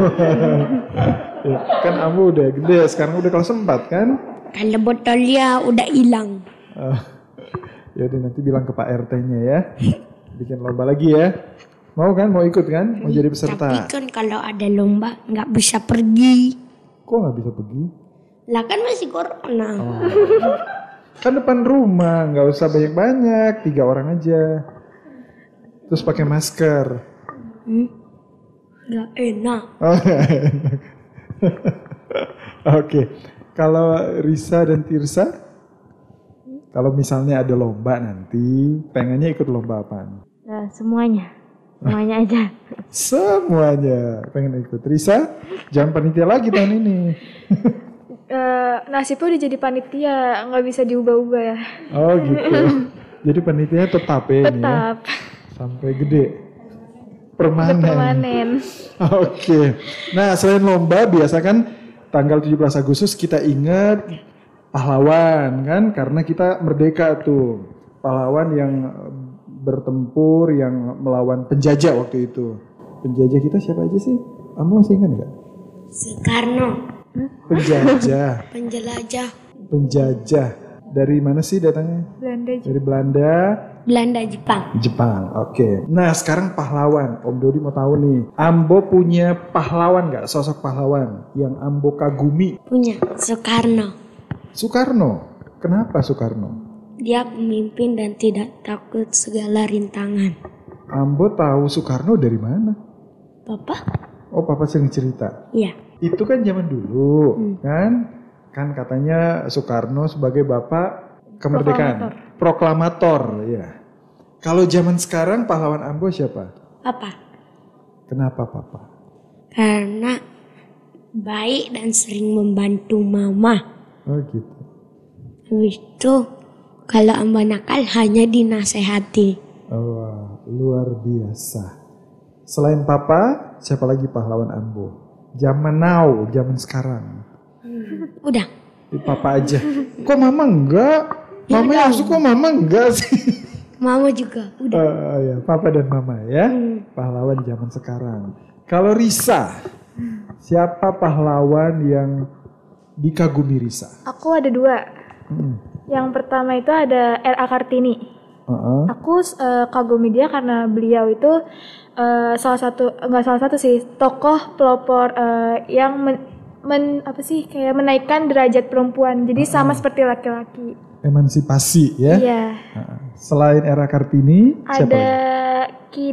Ya, kan Ambo udah gede, sekarang udah kelas 4 kan? Kalau botolnya udah hilang. Ya udah nanti bilang ke Pak RT-nya ya. Bikin lomba lagi ya. Mau kan? Mau ikut kan? Mau jadi peserta? Tapi kan kalau ada lomba nggak bisa pergi. Kok nggak bisa pergi? Lah kan masih corona. Kan depan rumah, nggak usah banyak-banyak, 3 orang aja. Terus pakai masker. Nggak enak. Oke. Kalau Risa dan Tirsa, kalau misalnya ada lomba nanti, pengennya ikut lomba apaan? Semuanya aja. Semuanya pengen ikut. Risa, jangan panitia lagi tahun ini. Nasibnya udah jadi panitia, nggak bisa diubah-ubah ya. Oh gitu. Jadi panitia tetap ya ini ya? Tetap. Sampai gede. Permanen. Oke. Nah selain lomba, biasa kan tanggal 17 Agustus kita ingat pahlawan kan, karena kita merdeka tuh. Pahlawan yang bertempur, yang melawan penjajah waktu itu. Penjajah kita siapa aja sih? Kamu masih ingat nggak? Soekarno. Penjajah. Penjelajah. Penjajah. Dari mana sih datangnya? Belanda. Dari Belanda. Belanda, Jepang. Jepang, oke. Nah sekarang pahlawan, Om Dodi mau tahu nih, Ambo punya pahlawan nggak? Sosok pahlawan yang Ambo kagumi? Punya Soekarno. Soekarno, kenapa Soekarno? Dia pemimpin dan tidak takut segala rintangan. Ambo tahu Soekarno dari mana? Papa? Oh papa sering cerita. Iya. Itu kan zaman dulu, kan katanya Soekarno sebagai bapak kemerdekaan, proklamator, ya. Kalau zaman sekarang pahlawan Ambo siapa? Papa. Kenapa papa? Karena baik dan sering membantu mama. Oh gitu. Habis itu kalau Ambo nakal hanya dinasehati. Oh, wah, luar biasa. Selain papa, siapa lagi pahlawan Ambo? Zaman now, zaman sekarang. Udah. Papa aja. Kok mama enggak? Mama yang suka, mama enggak sih? Mama juga. Udah. Ya, papa dan mama ya. Pahlawan zaman sekarang. Kalau Risa, siapa pahlawan yang dikagumi Risa? Aku ada 2. Yang pertama itu ada R.A. Kartini. Aku kagumi dia karena beliau itu nggak salah satu sih tokoh pelopor yang kayak menaikkan derajat perempuan. Jadi sama seperti laki-laki. Emansipasi ya. Iya. Selain era Kartini, siapa ada lagi?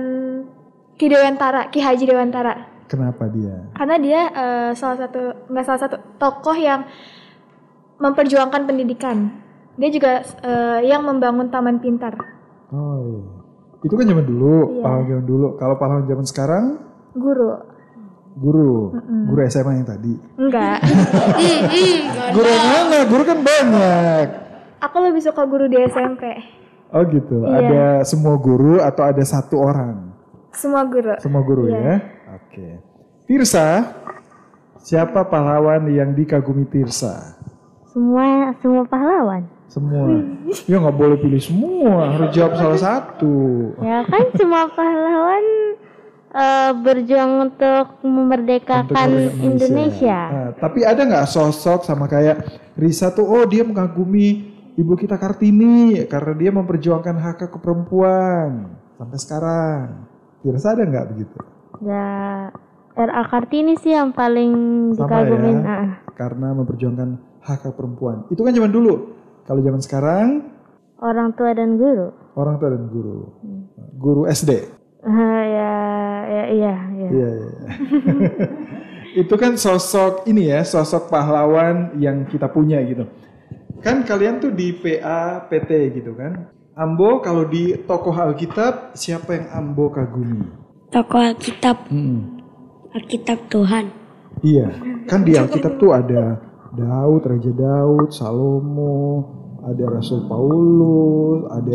Ki Haji Dewantara. Kenapa dia? Karena dia nggak salah satu tokoh yang memperjuangkan pendidikan. Dia juga yang membangun taman pintar. Oh iya. Itu kan zaman dulu, Iya. pahlawan zaman dulu. Kalau pahlawan zaman sekarang? Guru SMA yang tadi. Enggak. Guru mana? Guru kan banyak. Aku lebih suka guru di SMP. Oh gitu. Iya. Ada semua guru atau ada satu orang? Semua guru. Semua guru Iya. ya. Oke. Tirsa, siapa pahlawan yang dikagumi Tirsa? Semua pahlawan. Semua. Ya nggak boleh pilih semua, harus jawab salah satu. Ya kan semua pahlawan berjuang untuk memerdekakan Indonesia. Nah, tapi ada nggak sosok sama kayak Risa tuh, oh dia mengagumi Ibu kita Kartini karena dia memperjuangkan hak perempuan sampai sekarang. Tirsa ada nggak begitu? Ya R.A. Kartini sih yang paling dikagumin. Ya, karena memperjuangkan hak perempuan. Itu kan zaman dulu. Kalau zaman sekarang? Orang tua dan guru. Orang tua dan guru. Guru SD. Iya. Itu kan sosok ini ya, sosok pahlawan yang kita punya gitu. Kan kalian tuh di PA PT gitu kan. Ambo kalau di tokoh Alkitab siapa yang Ambo kagumi? Tokoh Alkitab. Alkitab Tuhan. Iya, kan di Alkitab tuh ada Raja Daud, Salomo, ada Rasul Paulus, ada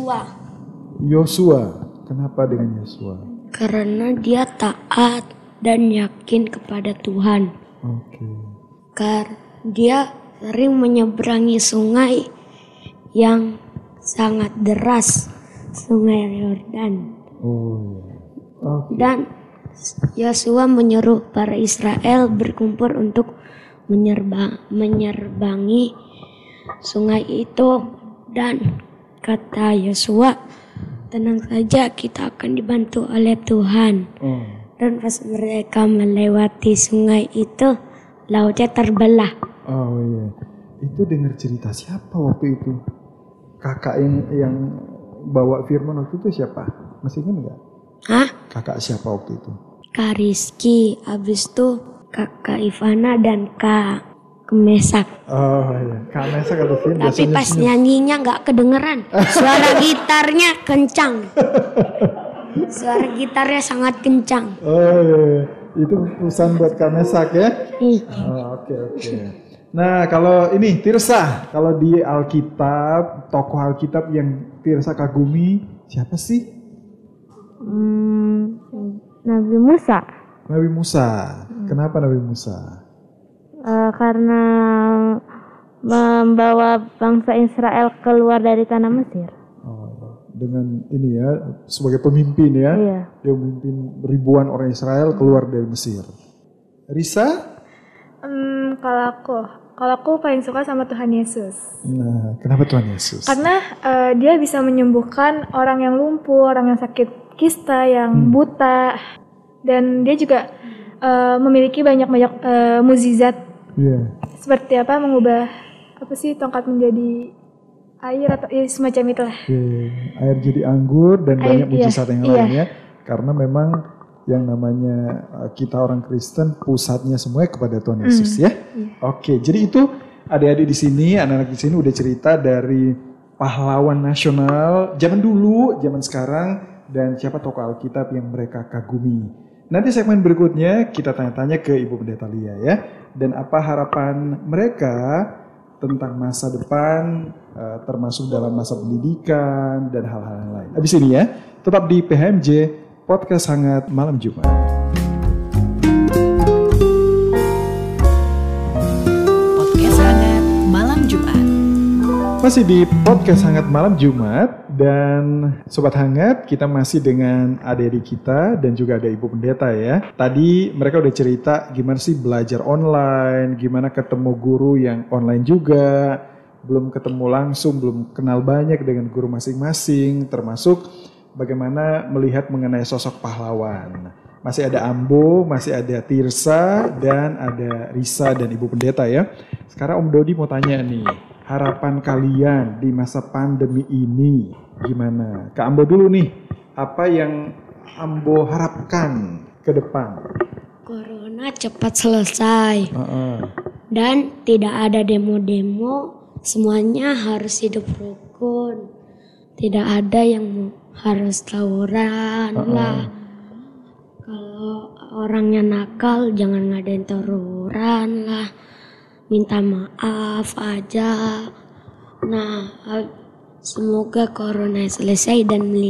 Yosua. Kenapa dengan Yosua? Karena dia taat dan yakin kepada Tuhan. Oke. Karena dia sering menyeberangi sungai yang sangat deras, Sungai Yordan. Oh iya. Okay. Dan Yosua menyuruh para Israel berkumpul untuk menyerbangi sungai itu, dan kata Yosua, tenang saja, kita akan dibantu oleh Tuhan. Dan pas mereka melewati sungai itu, lautnya terbelah. Oh iya, itu dengar cerita siapa waktu itu? Kakak yang bawa firman waktu itu siapa? Masih ingat nggak? Hah? Kakak siapa waktu itu? Kak Rizky, abis itu Kakak Ivana dan Kak Kemesak. Oh iya, Kak Mesak ada sini. Tapi pas nyanyinya nggak kedengeran. Suara gitarnya kencang. Suara gitarnya sangat kencang. Oh iya, itu pesan buat Kak Mesak ya? Oke. Nah kalau ini Tirsa, kalau di Alkitab, tokoh Alkitab yang Tirsa kagumi siapa sih? Nabi Musa. Nabi Musa. Kenapa Nabi Musa? Karena membawa bangsa Israel keluar dari tanah Mesir. Dengan ini ya, sebagai pemimpin ya. Iya. Dia memimpin ribuan orang Israel keluar dari Mesir. Risa? Kalau aku Kalau aku paling suka sama Tuhan Yesus. Nah, kenapa Tuhan Yesus? Karena dia bisa menyembuhkan orang yang lumpuh, orang yang sakit kista, yang buta. Dan dia juga memiliki banyak-banyak mukjizat. Iya. Seperti apa, mengubah tongkat menjadi air atau semacam itulah. Air jadi anggur dan banyak mujizat yang lainnya. Karena memang yang namanya kita orang Kristen pusatnya semuanya kepada Tuhan Yesus ya. Oke, jadi itu adik-adik di sini, anak-anak di sini udah cerita dari pahlawan nasional zaman dulu, zaman sekarang, dan siapa tokoh Alkitab yang mereka kagumi. Nanti segmen berikutnya kita tanya-tanya ke Ibu Pendeta Lia ya, dan apa harapan mereka tentang masa depan, termasuk dalam masa pendidikan dan hal-hal yang lain. Habis ini ya, tetap di PHMJ Podcast Hangat Malam Jumat. Podcast Hangat Malam Jumat. Masih di Podcast Hangat Malam Jumat, dan Sobat Hangat kita masih dengan adik-adik kita dan juga ada Ibu Pendeta ya. Tadi mereka udah cerita gimana sih belajar online, gimana ketemu guru yang online juga, belum ketemu langsung, belum kenal banyak dengan guru masing-masing, termasuk bagaimana melihat mengenai sosok pahlawan. Masih ada Ambo, masih ada Tirsa, dan ada Risa dan Ibu Pendeta ya. Sekarang Om Dodi mau tanya nih, harapan kalian di masa pandemi ini gimana? Kak Ambo dulu nih, apa yang Ambo harapkan ke depan? Corona cepat selesai. Dan tidak ada demo-demo, semuanya harus hidup rukun. Tidak ada yang harus tawuran lah. Kalau orangnya nakal jangan ngadain tawuran lah. Minta maaf aja. Nah, semoga corona selesai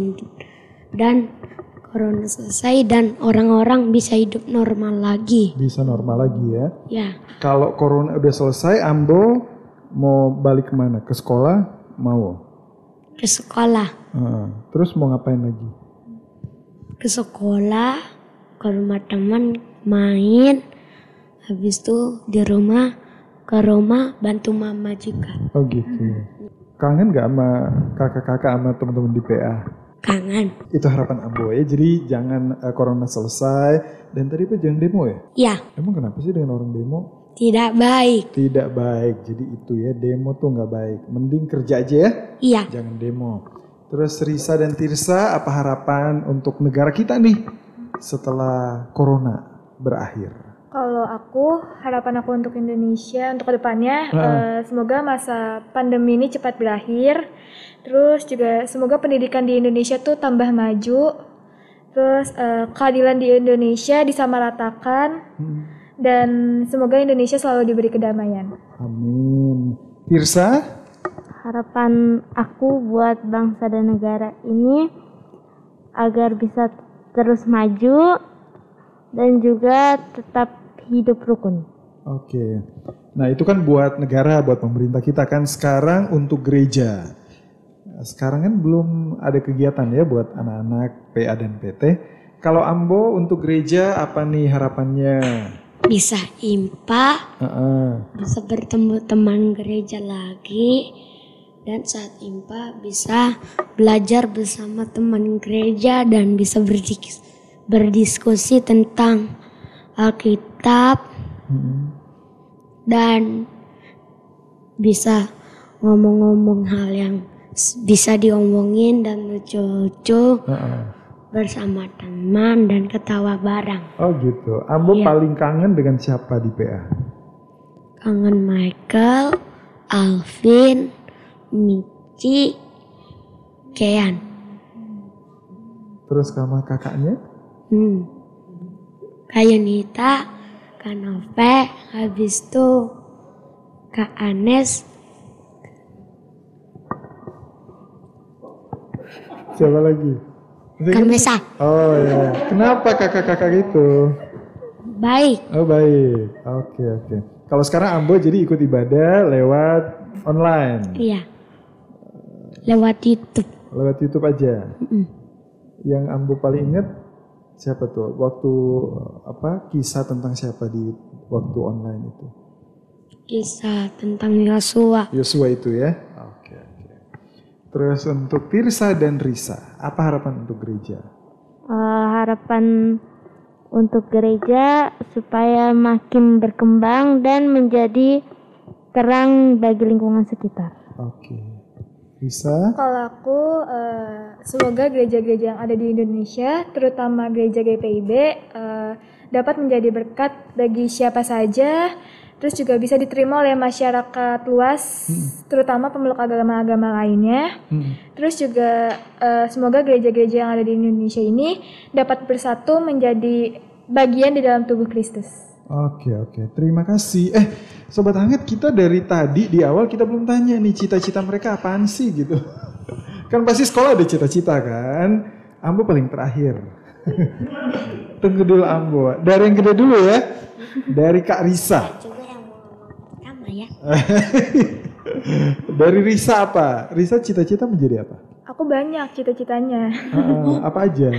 dan corona selesai dan orang-orang bisa hidup normal lagi. Bisa normal lagi ya? Ya. Kalau corona udah selesai, Ambo mau balik kemana? Ke sekolah? Mau? Ke sekolah. Terus mau ngapain lagi? Ke sekolah, ke rumah teman, main. Habis itu di rumah, ke rumah bantu mama juga. Oh gitu. Kangen gak sama kakak-kakak sama teman-teman di PA? Kangen. Itu harapan Ambo ya. Jadi jangan corona selesai. Dan tadi Pak jangan demo ya? Ya. Emang kenapa sih dengan orang demo? Tidak baik. Tidak baik. Jadi itu ya, demo tuh gak baik. Mending kerja aja ya. Iya. Jangan demo. Terus Risa dan Tirsa, apa harapan untuk negara kita nih setelah corona berakhir? Kalau harapan aku untuk Indonesia untuk kedepannya, semoga masa pandemi ini cepat berakhir. Terus juga semoga pendidikan di Indonesia tuh tambah maju. Terus keadilan di Indonesia disamaratakan. Dan semoga Indonesia selalu diberi kedamaian. Amin. Tirsa? Harapan aku buat bangsa dan negara ini agar bisa terus maju dan juga tetap hidup rukun. Oke. Nah itu kan buat negara, buat pemerintah kita kan. Sekarang untuk gereja. Sekarang kan belum ada kegiatan ya buat anak-anak PA dan PT. Kalau Ambo untuk gereja apa nih harapannya? Bisa impa, bisa bertemu teman gereja lagi, dan saat impa bisa belajar bersama teman gereja dan bisa berdiskusi tentang Alkitab dan bisa ngomong-ngomong hal yang bisa diomongin dan lucu-lucu bersama teman dan ketawa bareng. Oh gitu. Ambo paling kangen dengan siapa di PA? Kangen Michael, Alvin, Michi, Kean. Terus sama kakaknya? Kak Yunita, Kak Nove, habis itu Kak Anes. Siapa lagi? Kak Mesa. Oh ya. Kenapa kakak-kakak itu? Baik. Oh baik. Oke. Kalau sekarang Ambo jadi ikut ibadah lewat online? Iya. Lewat YouTube. Lewat YouTube aja? Yang Ambo paling ingat siapa tuh? Waktu kisah tentang siapa di waktu online itu? Kisah tentang Yosua. Yosua itu ya. Oke. Terus untuk Tirsa dan Risa, apa harapan untuk gereja? Harapan untuk gereja supaya makin berkembang dan menjadi terang bagi lingkungan sekitar. Oke. Risa? Kalau aku, semoga gereja-gereja yang ada di Indonesia, terutama gereja GPIB, dapat menjadi berkat bagi siapa saja, terus juga bisa diterima oleh masyarakat luas, terutama pemeluk agama-agama lainnya. Terus juga semoga gereja-gereja yang ada di Indonesia ini dapat bersatu menjadi bagian di dalam tubuh Kristus. Oke. Terima kasih. Sobat Hangat, kita dari tadi di awal kita belum tanya nih cita-cita mereka apaan sih gitu. Kan pasti sekolah ada cita-cita kan. Ambo paling terakhir. Tunggu dulu Ambo. Dari yang gede dulu ya. Dari Kak Risa. Coba yang mau pertama ya. Dari Risa apa? Risa cita-cita menjadi apa? Aku banyak cita-citanya. Apa aja?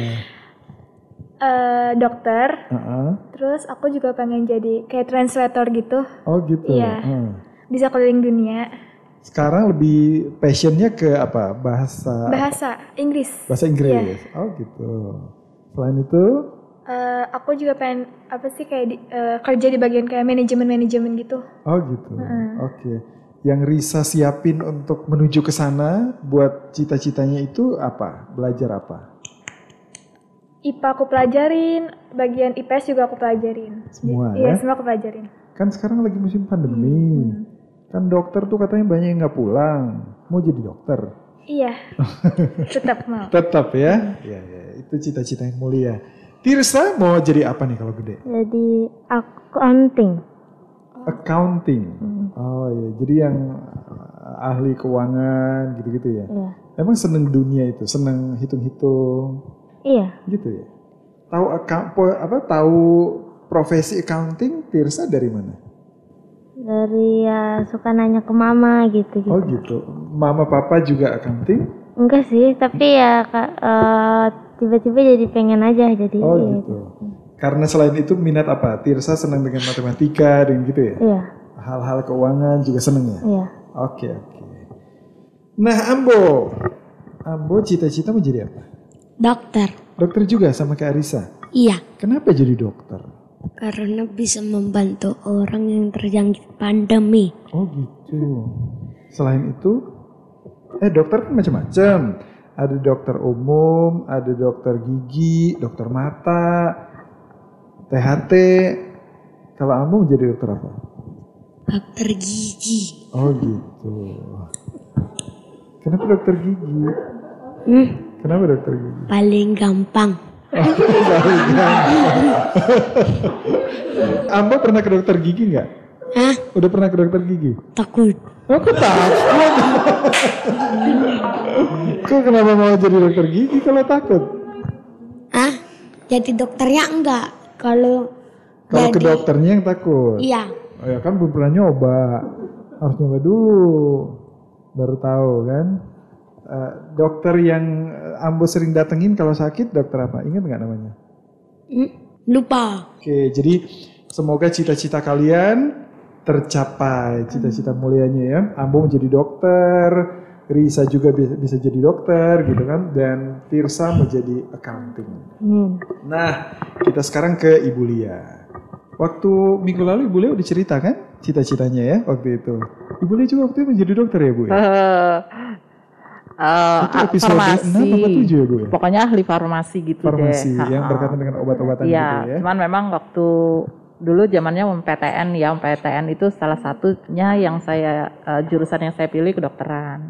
Dokter. Uh-uh. Terus aku juga pengen jadi kayak translator gitu. Oh gitu. Iya. Bisa keliling dunia. Sekarang lebih passionnya ke apa? Bahasa Inggris. Bahasa Inggris. Iya. Oh gitu. Selain itu? Aku juga pengen kerja di bagian kayak manajemen gitu. Oh gitu. Oke. Yang Risa siapin untuk menuju ke sana buat cita-citanya itu apa? Belajar apa? IPA aku pelajarin, bagian IPS juga aku pelajarin. Semua Iya, ya? semua aku pelajarin. Kan sekarang lagi musim pandemi. Kan dokter tuh katanya banyak yang nggak pulang. Mau jadi dokter? Iya, tetap mau. Tetap ya? Ya. Itu cita-cita yang mulia. Tirsa mau jadi apa nih kalau gede? Jadi accounting. Accounting. Oh iya, jadi yang ahli keuangan gitu-gitu ya. Iya. Emang seneng dunia itu, seneng hitung-hitung. Iya. Gitu ya. Tahu profesi accounting Tirsa dari mana? Dari suka nanya ke mama gitu. Oh gitu. Mama papa juga accounting? Enggak sih, tapi ya tiba-tiba jadi pengen aja jadi. Oh gitu. Karena selain itu minat apa? Tirsa senang dengan matematika dan gitu ya? Iya. Hal-hal keuangan juga seneng ya? Iya. Oke. Nah Ambo cita-cita menjadi apa? Dokter. Dokter juga sama kayak Arisa? Iya. Kenapa jadi dokter? Karena bisa membantu orang yang terjangkit pandemi. Oh gitu. Selain itu, dokter kan macam-macam. Ada dokter umum, ada dokter gigi, dokter mata, THT. Kalau Ambo menjadi dokter apa? Dokter gigi. Oh gitu. Kenapa dokter gigi? Kenapa dokter gigi? Paling gampang. Ambo pernah ke dokter gigi nggak? Hah? Udah pernah ke dokter gigi? Takut. Oh, kok takut? Kok kenapa mau jadi dokter gigi kalau takut? Hah? Jadi dokternya enggak. Kalau ke dokternya yang takut? Iya. Oh ya kan belum pernah nyoba. Harus nyoba dulu. Baru tahu kan. Dokter yang Ambo sering datengin kalau sakit dokter apa? Ingat nggak namanya? Lupa. Oke, jadi semoga cita-cita kalian tercapai, cita-cita mulianya ya. Ambo menjadi dokter, Risa juga bisa jadi dokter gitu kan, dan Tirsa menjadi accounting. Nah, kita sekarang ke Ibu Lia. Waktu minggu lalu Ibu Lia udah cerita kan cita-citanya ya waktu itu. Ibu Lia juga waktu itu menjadi dokter ya Bu ya? Itu episode farmasi. 6 apa 7 ya Bu ya? Pokoknya ahli farmasi gitu Farmasi deh. yang berkaitan dengan obat-obatan Iya, gitu ya. cuman memang waktu dulu zamannya UMPTN ya, UMPTN itu salah satunya yang saya jurusan yang saya pilih kedokteran.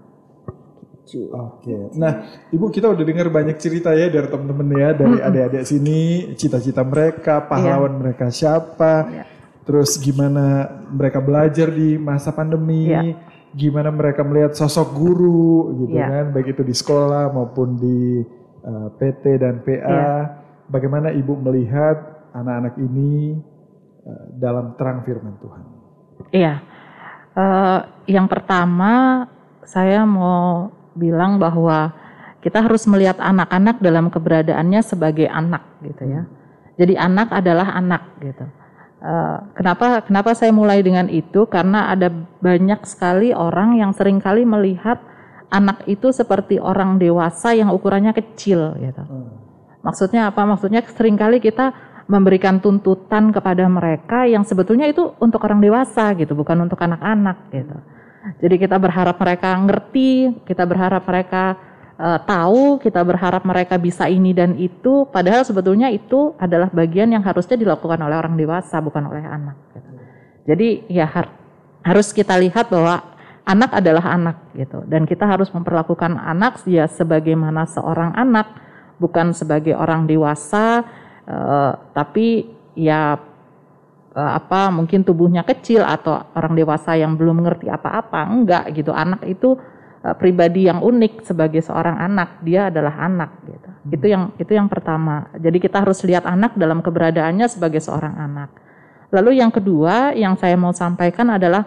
Oke. Nah, Ibu kita udah dengar banyak cerita ya dari teman-teman ya, dari adik-adik sini, cita-cita mereka, pahlawan mereka siapa. Terus gimana mereka belajar di masa pandemi. Gimana mereka melihat sosok guru gitu kan, baik itu di sekolah maupun di PT dan PA. Bagaimana Ibu melihat anak-anak ini dalam terang firman Tuhan? Iya, yang pertama saya mau bilang bahwa kita harus melihat anak-anak dalam keberadaannya sebagai anak gitu ya. Jadi anak adalah anak gitu. Kenapa saya mulai dengan itu? Karena ada banyak sekali orang yang seringkali melihat anak itu seperti orang dewasa yang ukurannya kecil gitu. Maksudnya apa? Maksudnya seringkali kita memberikan tuntutan kepada mereka yang sebetulnya itu untuk orang dewasa gitu, bukan untuk anak-anak gitu. Jadi kita berharap mereka ngerti, kita berharap mereka tahu, kita berharap mereka bisa ini dan itu, padahal sebetulnya itu adalah bagian yang harusnya dilakukan oleh orang dewasa, bukan oleh anak gitu. Jadi ya harus kita lihat bahwa anak adalah anak gitu, dan kita harus memperlakukan anak ya sebagaimana seorang anak, bukan sebagai orang dewasa, tapi ya mungkin tubuhnya kecil atau orang dewasa yang belum mengerti apa-apa, enggak gitu. Anak itu pribadi yang unik sebagai seorang anak, dia adalah anak gitu. Itu yang pertama. Jadi kita harus lihat anak dalam keberadaannya sebagai seorang anak. Lalu yang kedua yang saya mau sampaikan adalah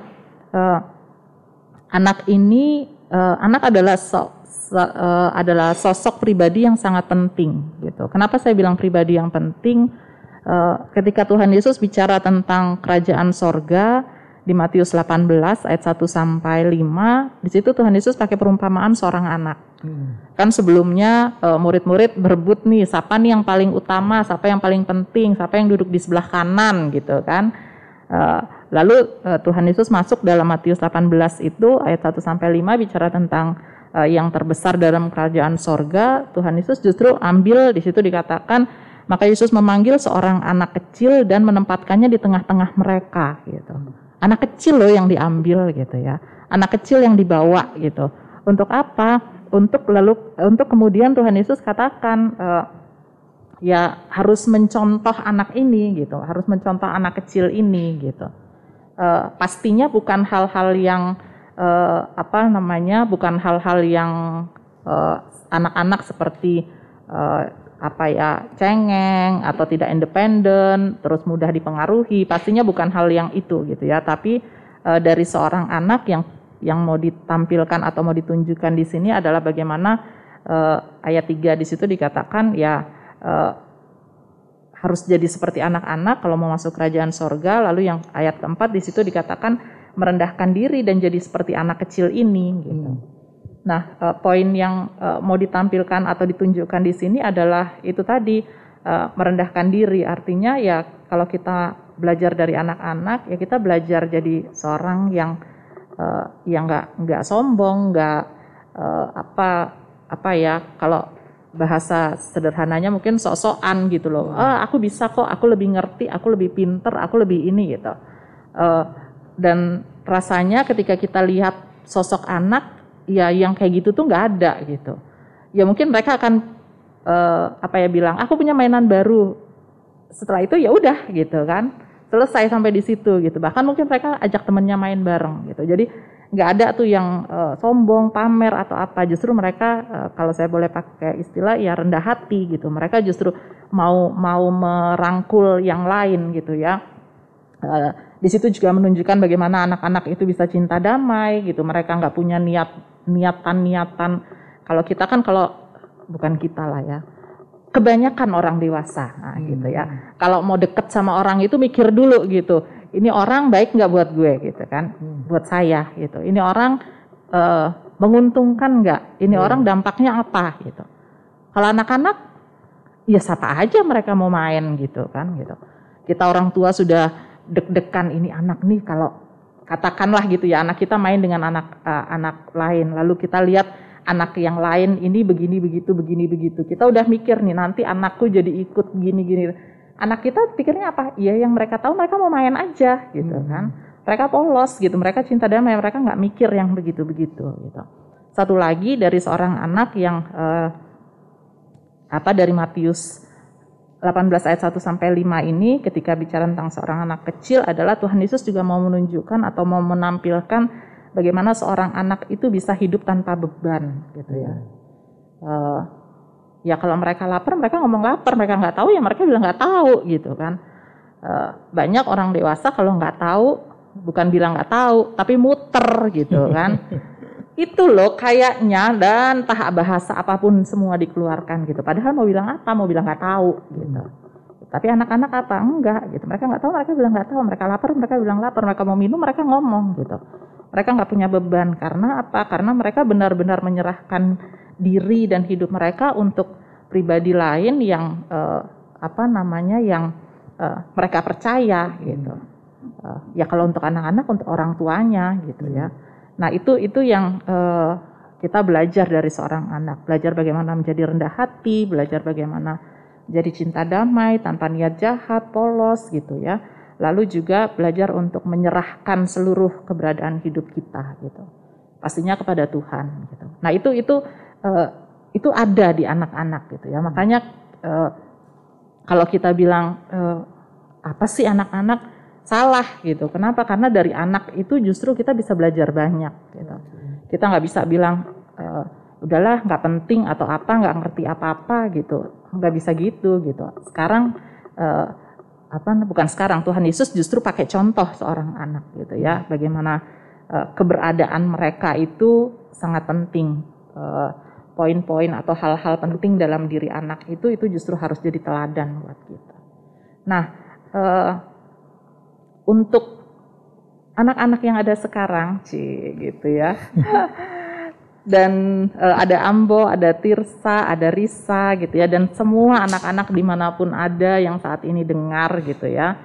anak adalah sosok pribadi yang sangat penting gitu. Kenapa saya bilang pribadi yang penting? Ketika Tuhan Yesus bicara tentang kerajaan sorga di Matius 18 ayat 1 sampai 5, di situ Tuhan Yesus pakai perumpamaan seorang anak. Kan sebelumnya murid-murid berebut nih, siapa nih yang paling utama, siapa yang paling penting, siapa yang duduk di sebelah kanan gitu kan. Lalu Tuhan Yesus masuk dalam Matius 18 itu ayat 1 sampai 5 bicara tentang yang terbesar dalam kerajaan sorga. Tuhan Yesus justru ambil, di situ dikatakan, maka Yesus memanggil seorang anak kecil dan menempatkannya di tengah-tengah mereka gitu. Anak kecil loh yang diambil gitu ya. Anak kecil yang dibawa gitu. Untuk apa? Untuk kemudian Tuhan Yesus katakan ya harus mencontoh anak ini gitu. Harus mencontoh anak kecil ini gitu. Pastinya bukan hal-hal yang bukan hal-hal yang anak-anak seperti cengeng atau tidak independen, terus mudah dipengaruhi. Pastinya bukan hal yang itu gitu ya. Tapi dari seorang anak yang mau ditampilkan atau mau ditunjukkan di sini adalah bagaimana ayat 3 di situ dikatakan ya harus jadi seperti anak-anak kalau mau masuk kerajaan sorga. Lalu yang ayat keempat di situ dikatakan merendahkan diri dan jadi seperti anak kecil ini gitu. Nah, poin yang mau ditampilkan atau ditunjukkan di sini adalah itu tadi, merendahkan diri. Artinya ya kalau kita belajar dari anak-anak, ya kita belajar jadi seorang yang nggak sombong, nggak kalau bahasa sederhananya mungkin sok-sokan gitu loh. Aku bisa kok, aku lebih ngerti, aku lebih pinter, aku lebih ini gitu. Dan rasanya ketika kita lihat sosok anak, ya yang kayak gitu tuh nggak ada gitu. Ya mungkin mereka akan bilang aku punya mainan baru. Setelah itu ya udah gitu kan, selesai sampai di situ gitu. Bahkan mungkin mereka ajak temennya main bareng gitu. Jadi nggak ada tuh yang sombong, pamer atau apa. Justru mereka kalau saya boleh pakai istilah ya rendah hati gitu. Mereka justru mau merangkul yang lain gitu ya. Di situ juga menunjukkan bagaimana anak-anak itu bisa cinta damai gitu. Mereka nggak punya niatan. Kalau kita kan, kalau bukan kita lah ya, kebanyakan orang dewasa gitu ya. Kalau mau deket sama orang itu mikir dulu gitu. Ini orang baik nggak buat gue gitu kan, buat saya gitu. Ini orang menguntungkan nggak? Ini orang dampaknya apa gitu. Kalau anak-anak ya siapa aja mereka mau main gitu kan gitu. Kita orang tua sudah deg-degan, ini anak nih kalau katakanlah gitu ya, anak kita main dengan anak lain, lalu kita lihat anak yang lain ini begini begitu, kita udah mikir nih nanti anakku jadi ikut gini. Anak kita pikirnya apa? Iya, yang mereka tahu mereka mau main aja gitu kan, mereka polos gitu, mereka cinta damai, mereka nggak mikir yang begitu gitu. Satu lagi dari seorang anak yang dari Matius 18 ayat 1 sampai 5 ini, ketika bicara tentang seorang anak kecil adalah Tuhan Yesus juga mau menunjukkan atau mau menampilkan bagaimana seorang anak itu bisa hidup tanpa beban gitu ya. Ya kalau mereka lapar, mereka ngomong lapar, mereka nggak tahu ya mereka bilang nggak tahu gitu kan. Banyak orang dewasa kalau nggak tahu bukan bilang nggak tahu, tapi muter gitu kan. Itu loh kayaknya, dan entah bahasa apapun semua dikeluarkan gitu. Padahal mau bilang apa, mau bilang nggak tahu gitu. Tapi anak-anak apa? Enggak gitu. Mereka nggak tahu, mereka bilang nggak tahu. Mereka lapar, mereka bilang lapar. Mereka mau minum, mereka ngomong gitu. Mereka nggak punya beban. Karena apa? Karena mereka benar-benar menyerahkan diri dan hidup mereka untuk pribadi lain yang yang mereka percaya gitu. Ya kalau untuk anak-anak, untuk orang tuanya gitu ya. Nah itu yang kita belajar dari seorang anak, belajar bagaimana menjadi rendah hati, belajar bagaimana jadi cinta damai tanpa niat jahat, polos gitu ya. Lalu juga belajar untuk menyerahkan seluruh keberadaan hidup kita gitu, pastinya kepada Tuhan gitu. Nah itu ada di anak-anak gitu ya. Makanya kalau kita bilang apa sih anak-anak, salah gitu. Kenapa? Karena dari anak itu justru kita bisa belajar banyak gitu. Kita nggak bisa bilang udahlah nggak penting atau apa, nggak ngerti apa-apa gitu, nggak bisa gitu. Sekarang bukan sekarang, Tuhan Yesus justru pakai contoh seorang anak gitu ya, bagaimana keberadaan mereka itu sangat penting, poin-poin atau hal-hal penting dalam diri anak itu justru harus jadi teladan buat kita. Nah untuk anak-anak yang ada sekarang, gitu ya. Dan ada Ambo, ada Tirsa, ada Risa gitu ya, dan semua anak-anak dimanapun ada yang saat ini dengar gitu ya,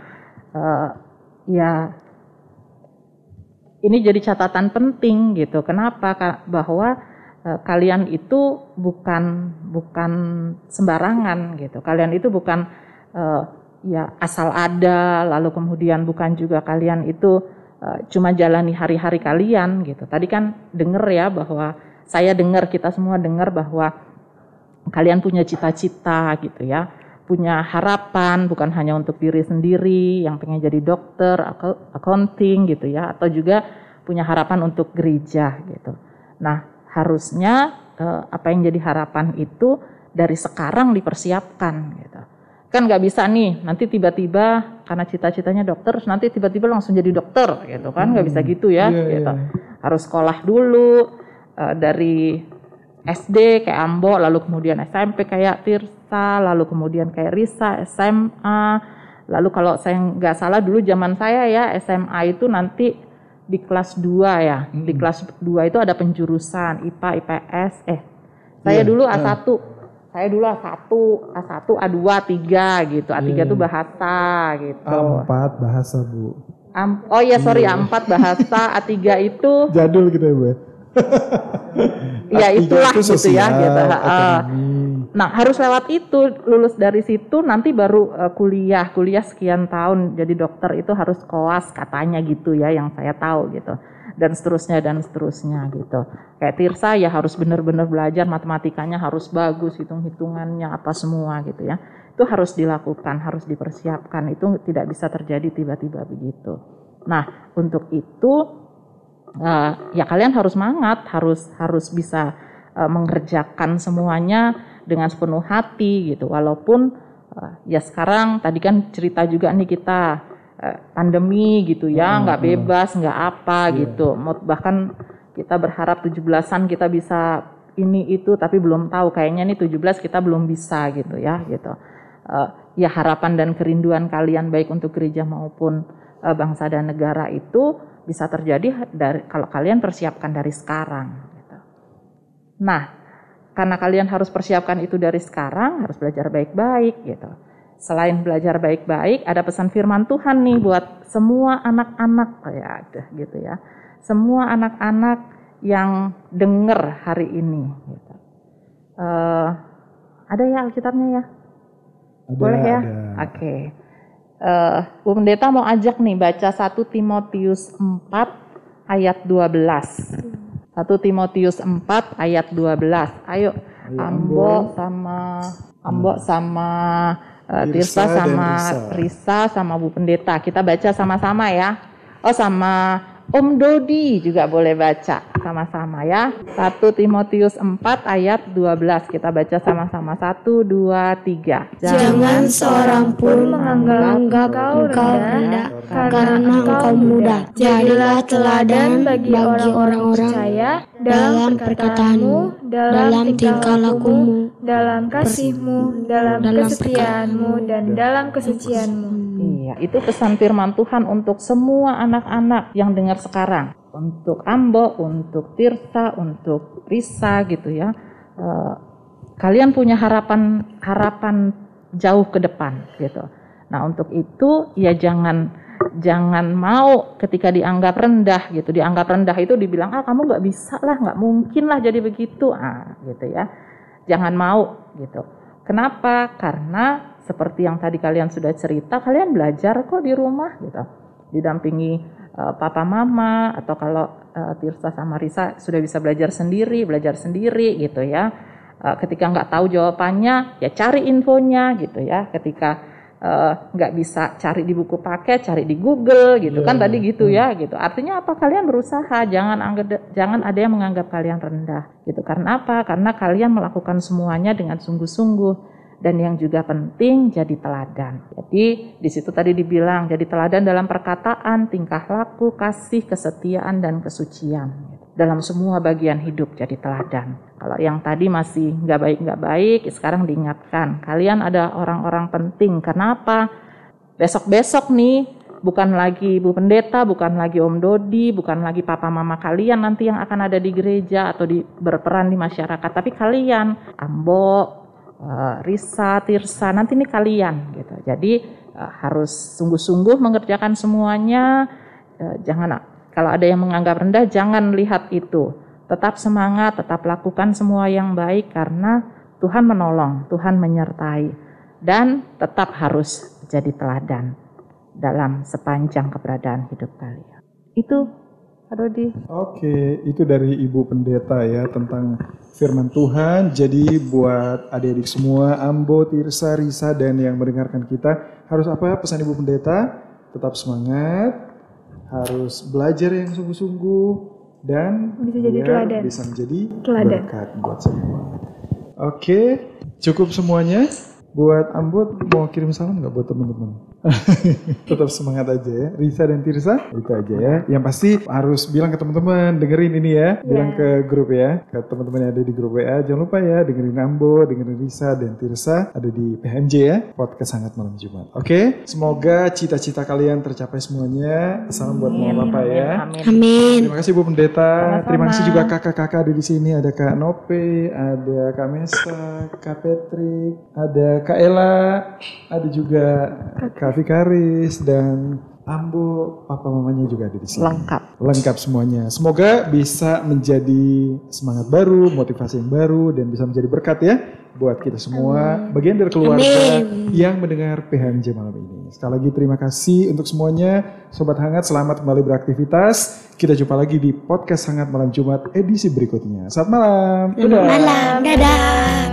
ya ini jadi catatan penting gitu. Kenapa? Bahwa kalian itu bukan sembarangan gitu. Kalian itu bukan ya asal ada, lalu kemudian bukan juga kalian itu cuma jalani hari-hari kalian gitu. Tadi kan dengar ya bahwa saya dengar, kita semua dengar bahwa kalian punya cita-cita gitu ya, punya harapan bukan hanya untuk diri sendiri yang pengen jadi dokter, accounting gitu ya, atau juga punya harapan untuk gereja gitu. Nah harusnya apa yang jadi harapan itu dari sekarang dipersiapkan gitu. Kan nggak bisa nih nanti tiba-tiba karena cita-citanya dokter, terus nanti tiba-tiba langsung jadi dokter gitu kan, nggak bisa gitu ya. Gitu. Harus sekolah dulu. Dari SD kayak Ambo, lalu kemudian SMP kayak Tirsa, lalu kemudian kayak Risa, SMA, lalu kalau saya nggak salah dulu zaman saya ya SMA itu nanti di kelas 2 ya, di kelas 2 itu ada penjurusan IPA, IPS, saya dulu A1, A1, A2, A3 gitu, A3 itu bahasa gitu. A4 bahasa Bu. A4 bahasa, A3 itu jadul gitu ya Bu. Ya itulah itu gitu ya gitu. Nah harus lewat itu, lulus dari situ nanti baru kuliah sekian tahun jadi dokter, itu harus koas katanya gitu ya yang saya tahu gitu, dan seterusnya gitu. Kayak Tirsa ya harus benar-benar belajar matematikanya harus bagus, hitung-hitungannya apa semua gitu ya, itu harus dilakukan, harus dipersiapkan, itu tidak bisa terjadi tiba-tiba begitu. Nah untuk itu ya kalian harus semangat, harus bisa mengerjakan semuanya dengan sepenuh hati gitu. Walaupun ya sekarang tadi kan cerita juga nih kita pandemi gitu ya, nggak bebas, nggak apa gitu. Bahkan kita berharap 17-an kita bisa ini itu, tapi belum tahu, kayaknya nih 17 kita belum bisa gitu ya gitu. Ya harapan dan kerinduan kalian baik untuk gereja maupun bangsa dan negara itu bisa terjadi kalau kalian persiapkan dari sekarang gitu. Nah, karena kalian harus persiapkan itu dari sekarang, harus belajar baik-baik gitu. Selain belajar baik-baik, ada pesan firman Tuhan nih buat semua anak-anak gitu ya. Semua anak-anak yang dengar hari ini gitu. Ada ya Alkitabnya ya? Boleh ya? Oke. Bu Pendeta mau ajak nih baca 1 Timotius 4 ayat 12. 1 Timotius 4 ayat 12. Ayo Ambo sama Tirsa sama Risa sama Bu Pendeta. Kita baca sama-sama ya. Oh sama Om Dodi juga boleh baca. sama-sama ya. 1 Timotius 4 ayat 12. Kita baca sama-sama. 1, 2, 3. Jangan seorang pun menganggap engkau rendah karena engkau muda. Jadilah teladan bagi orang-orang percaya dalam perkataanmu, dalam tingkah lakumu, dalam kasihmu, dalam kesetiaanmu, dan dalam kesucianmu. Iya, itu pesan firman Tuhan untuk semua anak-anak yang dengar sekarang. Untuk Ambo, untuk Tirsa, untuk Risa gitu ya. Kalian punya harapan jauh ke depan gitu. Nah, untuk itu ya jangan mau ketika dianggap rendah gitu. Dianggap rendah itu dibilang, kamu nggak bisa lah, nggak mungkin lah jadi begitu, gitu ya. Jangan mau gitu. Kenapa? Karena seperti yang tadi kalian sudah cerita, kalian belajar kok di rumah gitu. Didampingi papa mama, atau kalau Tirsa sama Risa sudah bisa belajar sendiri gitu ya. Ketika nggak tahu jawabannya, ya cari infonya gitu ya. Ketika nggak bisa cari di buku paket, cari di Google gitu kan tadi gitu ya gitu. Artinya apa? Kalian berusaha, jangan ada yang menganggap kalian rendah gitu. Karena apa? Karena kalian melakukan semuanya dengan sungguh-sungguh. Dan yang juga penting jadi teladan. Jadi di situ tadi dibilang jadi teladan dalam perkataan, tingkah laku, kasih, kesetiaan dan kesucian. Dalam semua bagian hidup jadi teladan. Kalau yang tadi masih nggak baik, sekarang diingatkan. Kalian ada orang-orang penting. Kenapa? Besok-besok nih bukan lagi Bu Pendeta, bukan lagi Om Dodi, bukan lagi papa mama kalian nanti yang akan ada di gereja atau berperan di masyarakat. Tapi kalian, Ambo, Risa, Tirsa, nanti nih kalian gitu. Jadi harus sungguh-sungguh mengerjakan semuanya. Jangan, kalau ada yang menganggap rendah, jangan lihat itu. Tetap semangat, tetap lakukan semua yang baik karena Tuhan menolong, Tuhan menyertai, dan tetap harus jadi teladan dalam sepanjang keberadaan hidup kalian. Itu, Pak Dodi. Oke, itu dari Ibu Pendeta ya tentang firman Tuhan. Jadi buat adik-adik semua, Ambo, Tirsa, Risa, dan yang mendengarkan kita, harus apa pesan Ibu Pendeta? Tetap semangat, harus belajar yang sungguh-sungguh, dan bisa menjadi berkat buat semua. Oke, cukup semuanya. Buat Ambo, mau kirim salam nggak buat teman-teman? Tetap semangat aja ya, Risa dan Tirsa, itu aja ya. Yang pasti harus bilang ke teman-teman, dengerin ini ya, bilang ke grup ya, ke teman-teman yang ada di grup WA. Jangan lupa ya, dengerin Ambo, dengerin Risa dan Tirsa, ada di PHMJ ya, podcast Hangat Malam Jumat. Oke, semoga cita-cita kalian tercapai semuanya. Salam buat mama papa ya. Amin. Terima kasih Bu Pendeta. Terima kasih juga kakak-kakak ada di sini. Ada Kak Nope, ada Kak Mesa, Kak Patrick, ada Kak Ella, ada juga Kak Vikaris, dan Ambo, papa mamanya juga ada di sini. Lengkap semuanya. Semoga bisa menjadi semangat baru, motivasi yang baru, dan bisa menjadi berkat ya buat kita semua. Bagian dari keluarga yang mendengar PHMJ malam ini. Sekali lagi terima kasih untuk semuanya. Sobat Hangat, selamat kembali beraktivitas. Kita jumpa lagi di podcast Hangat Malam Jumat edisi berikutnya. Selamat malam. Selamat malam. Dadah.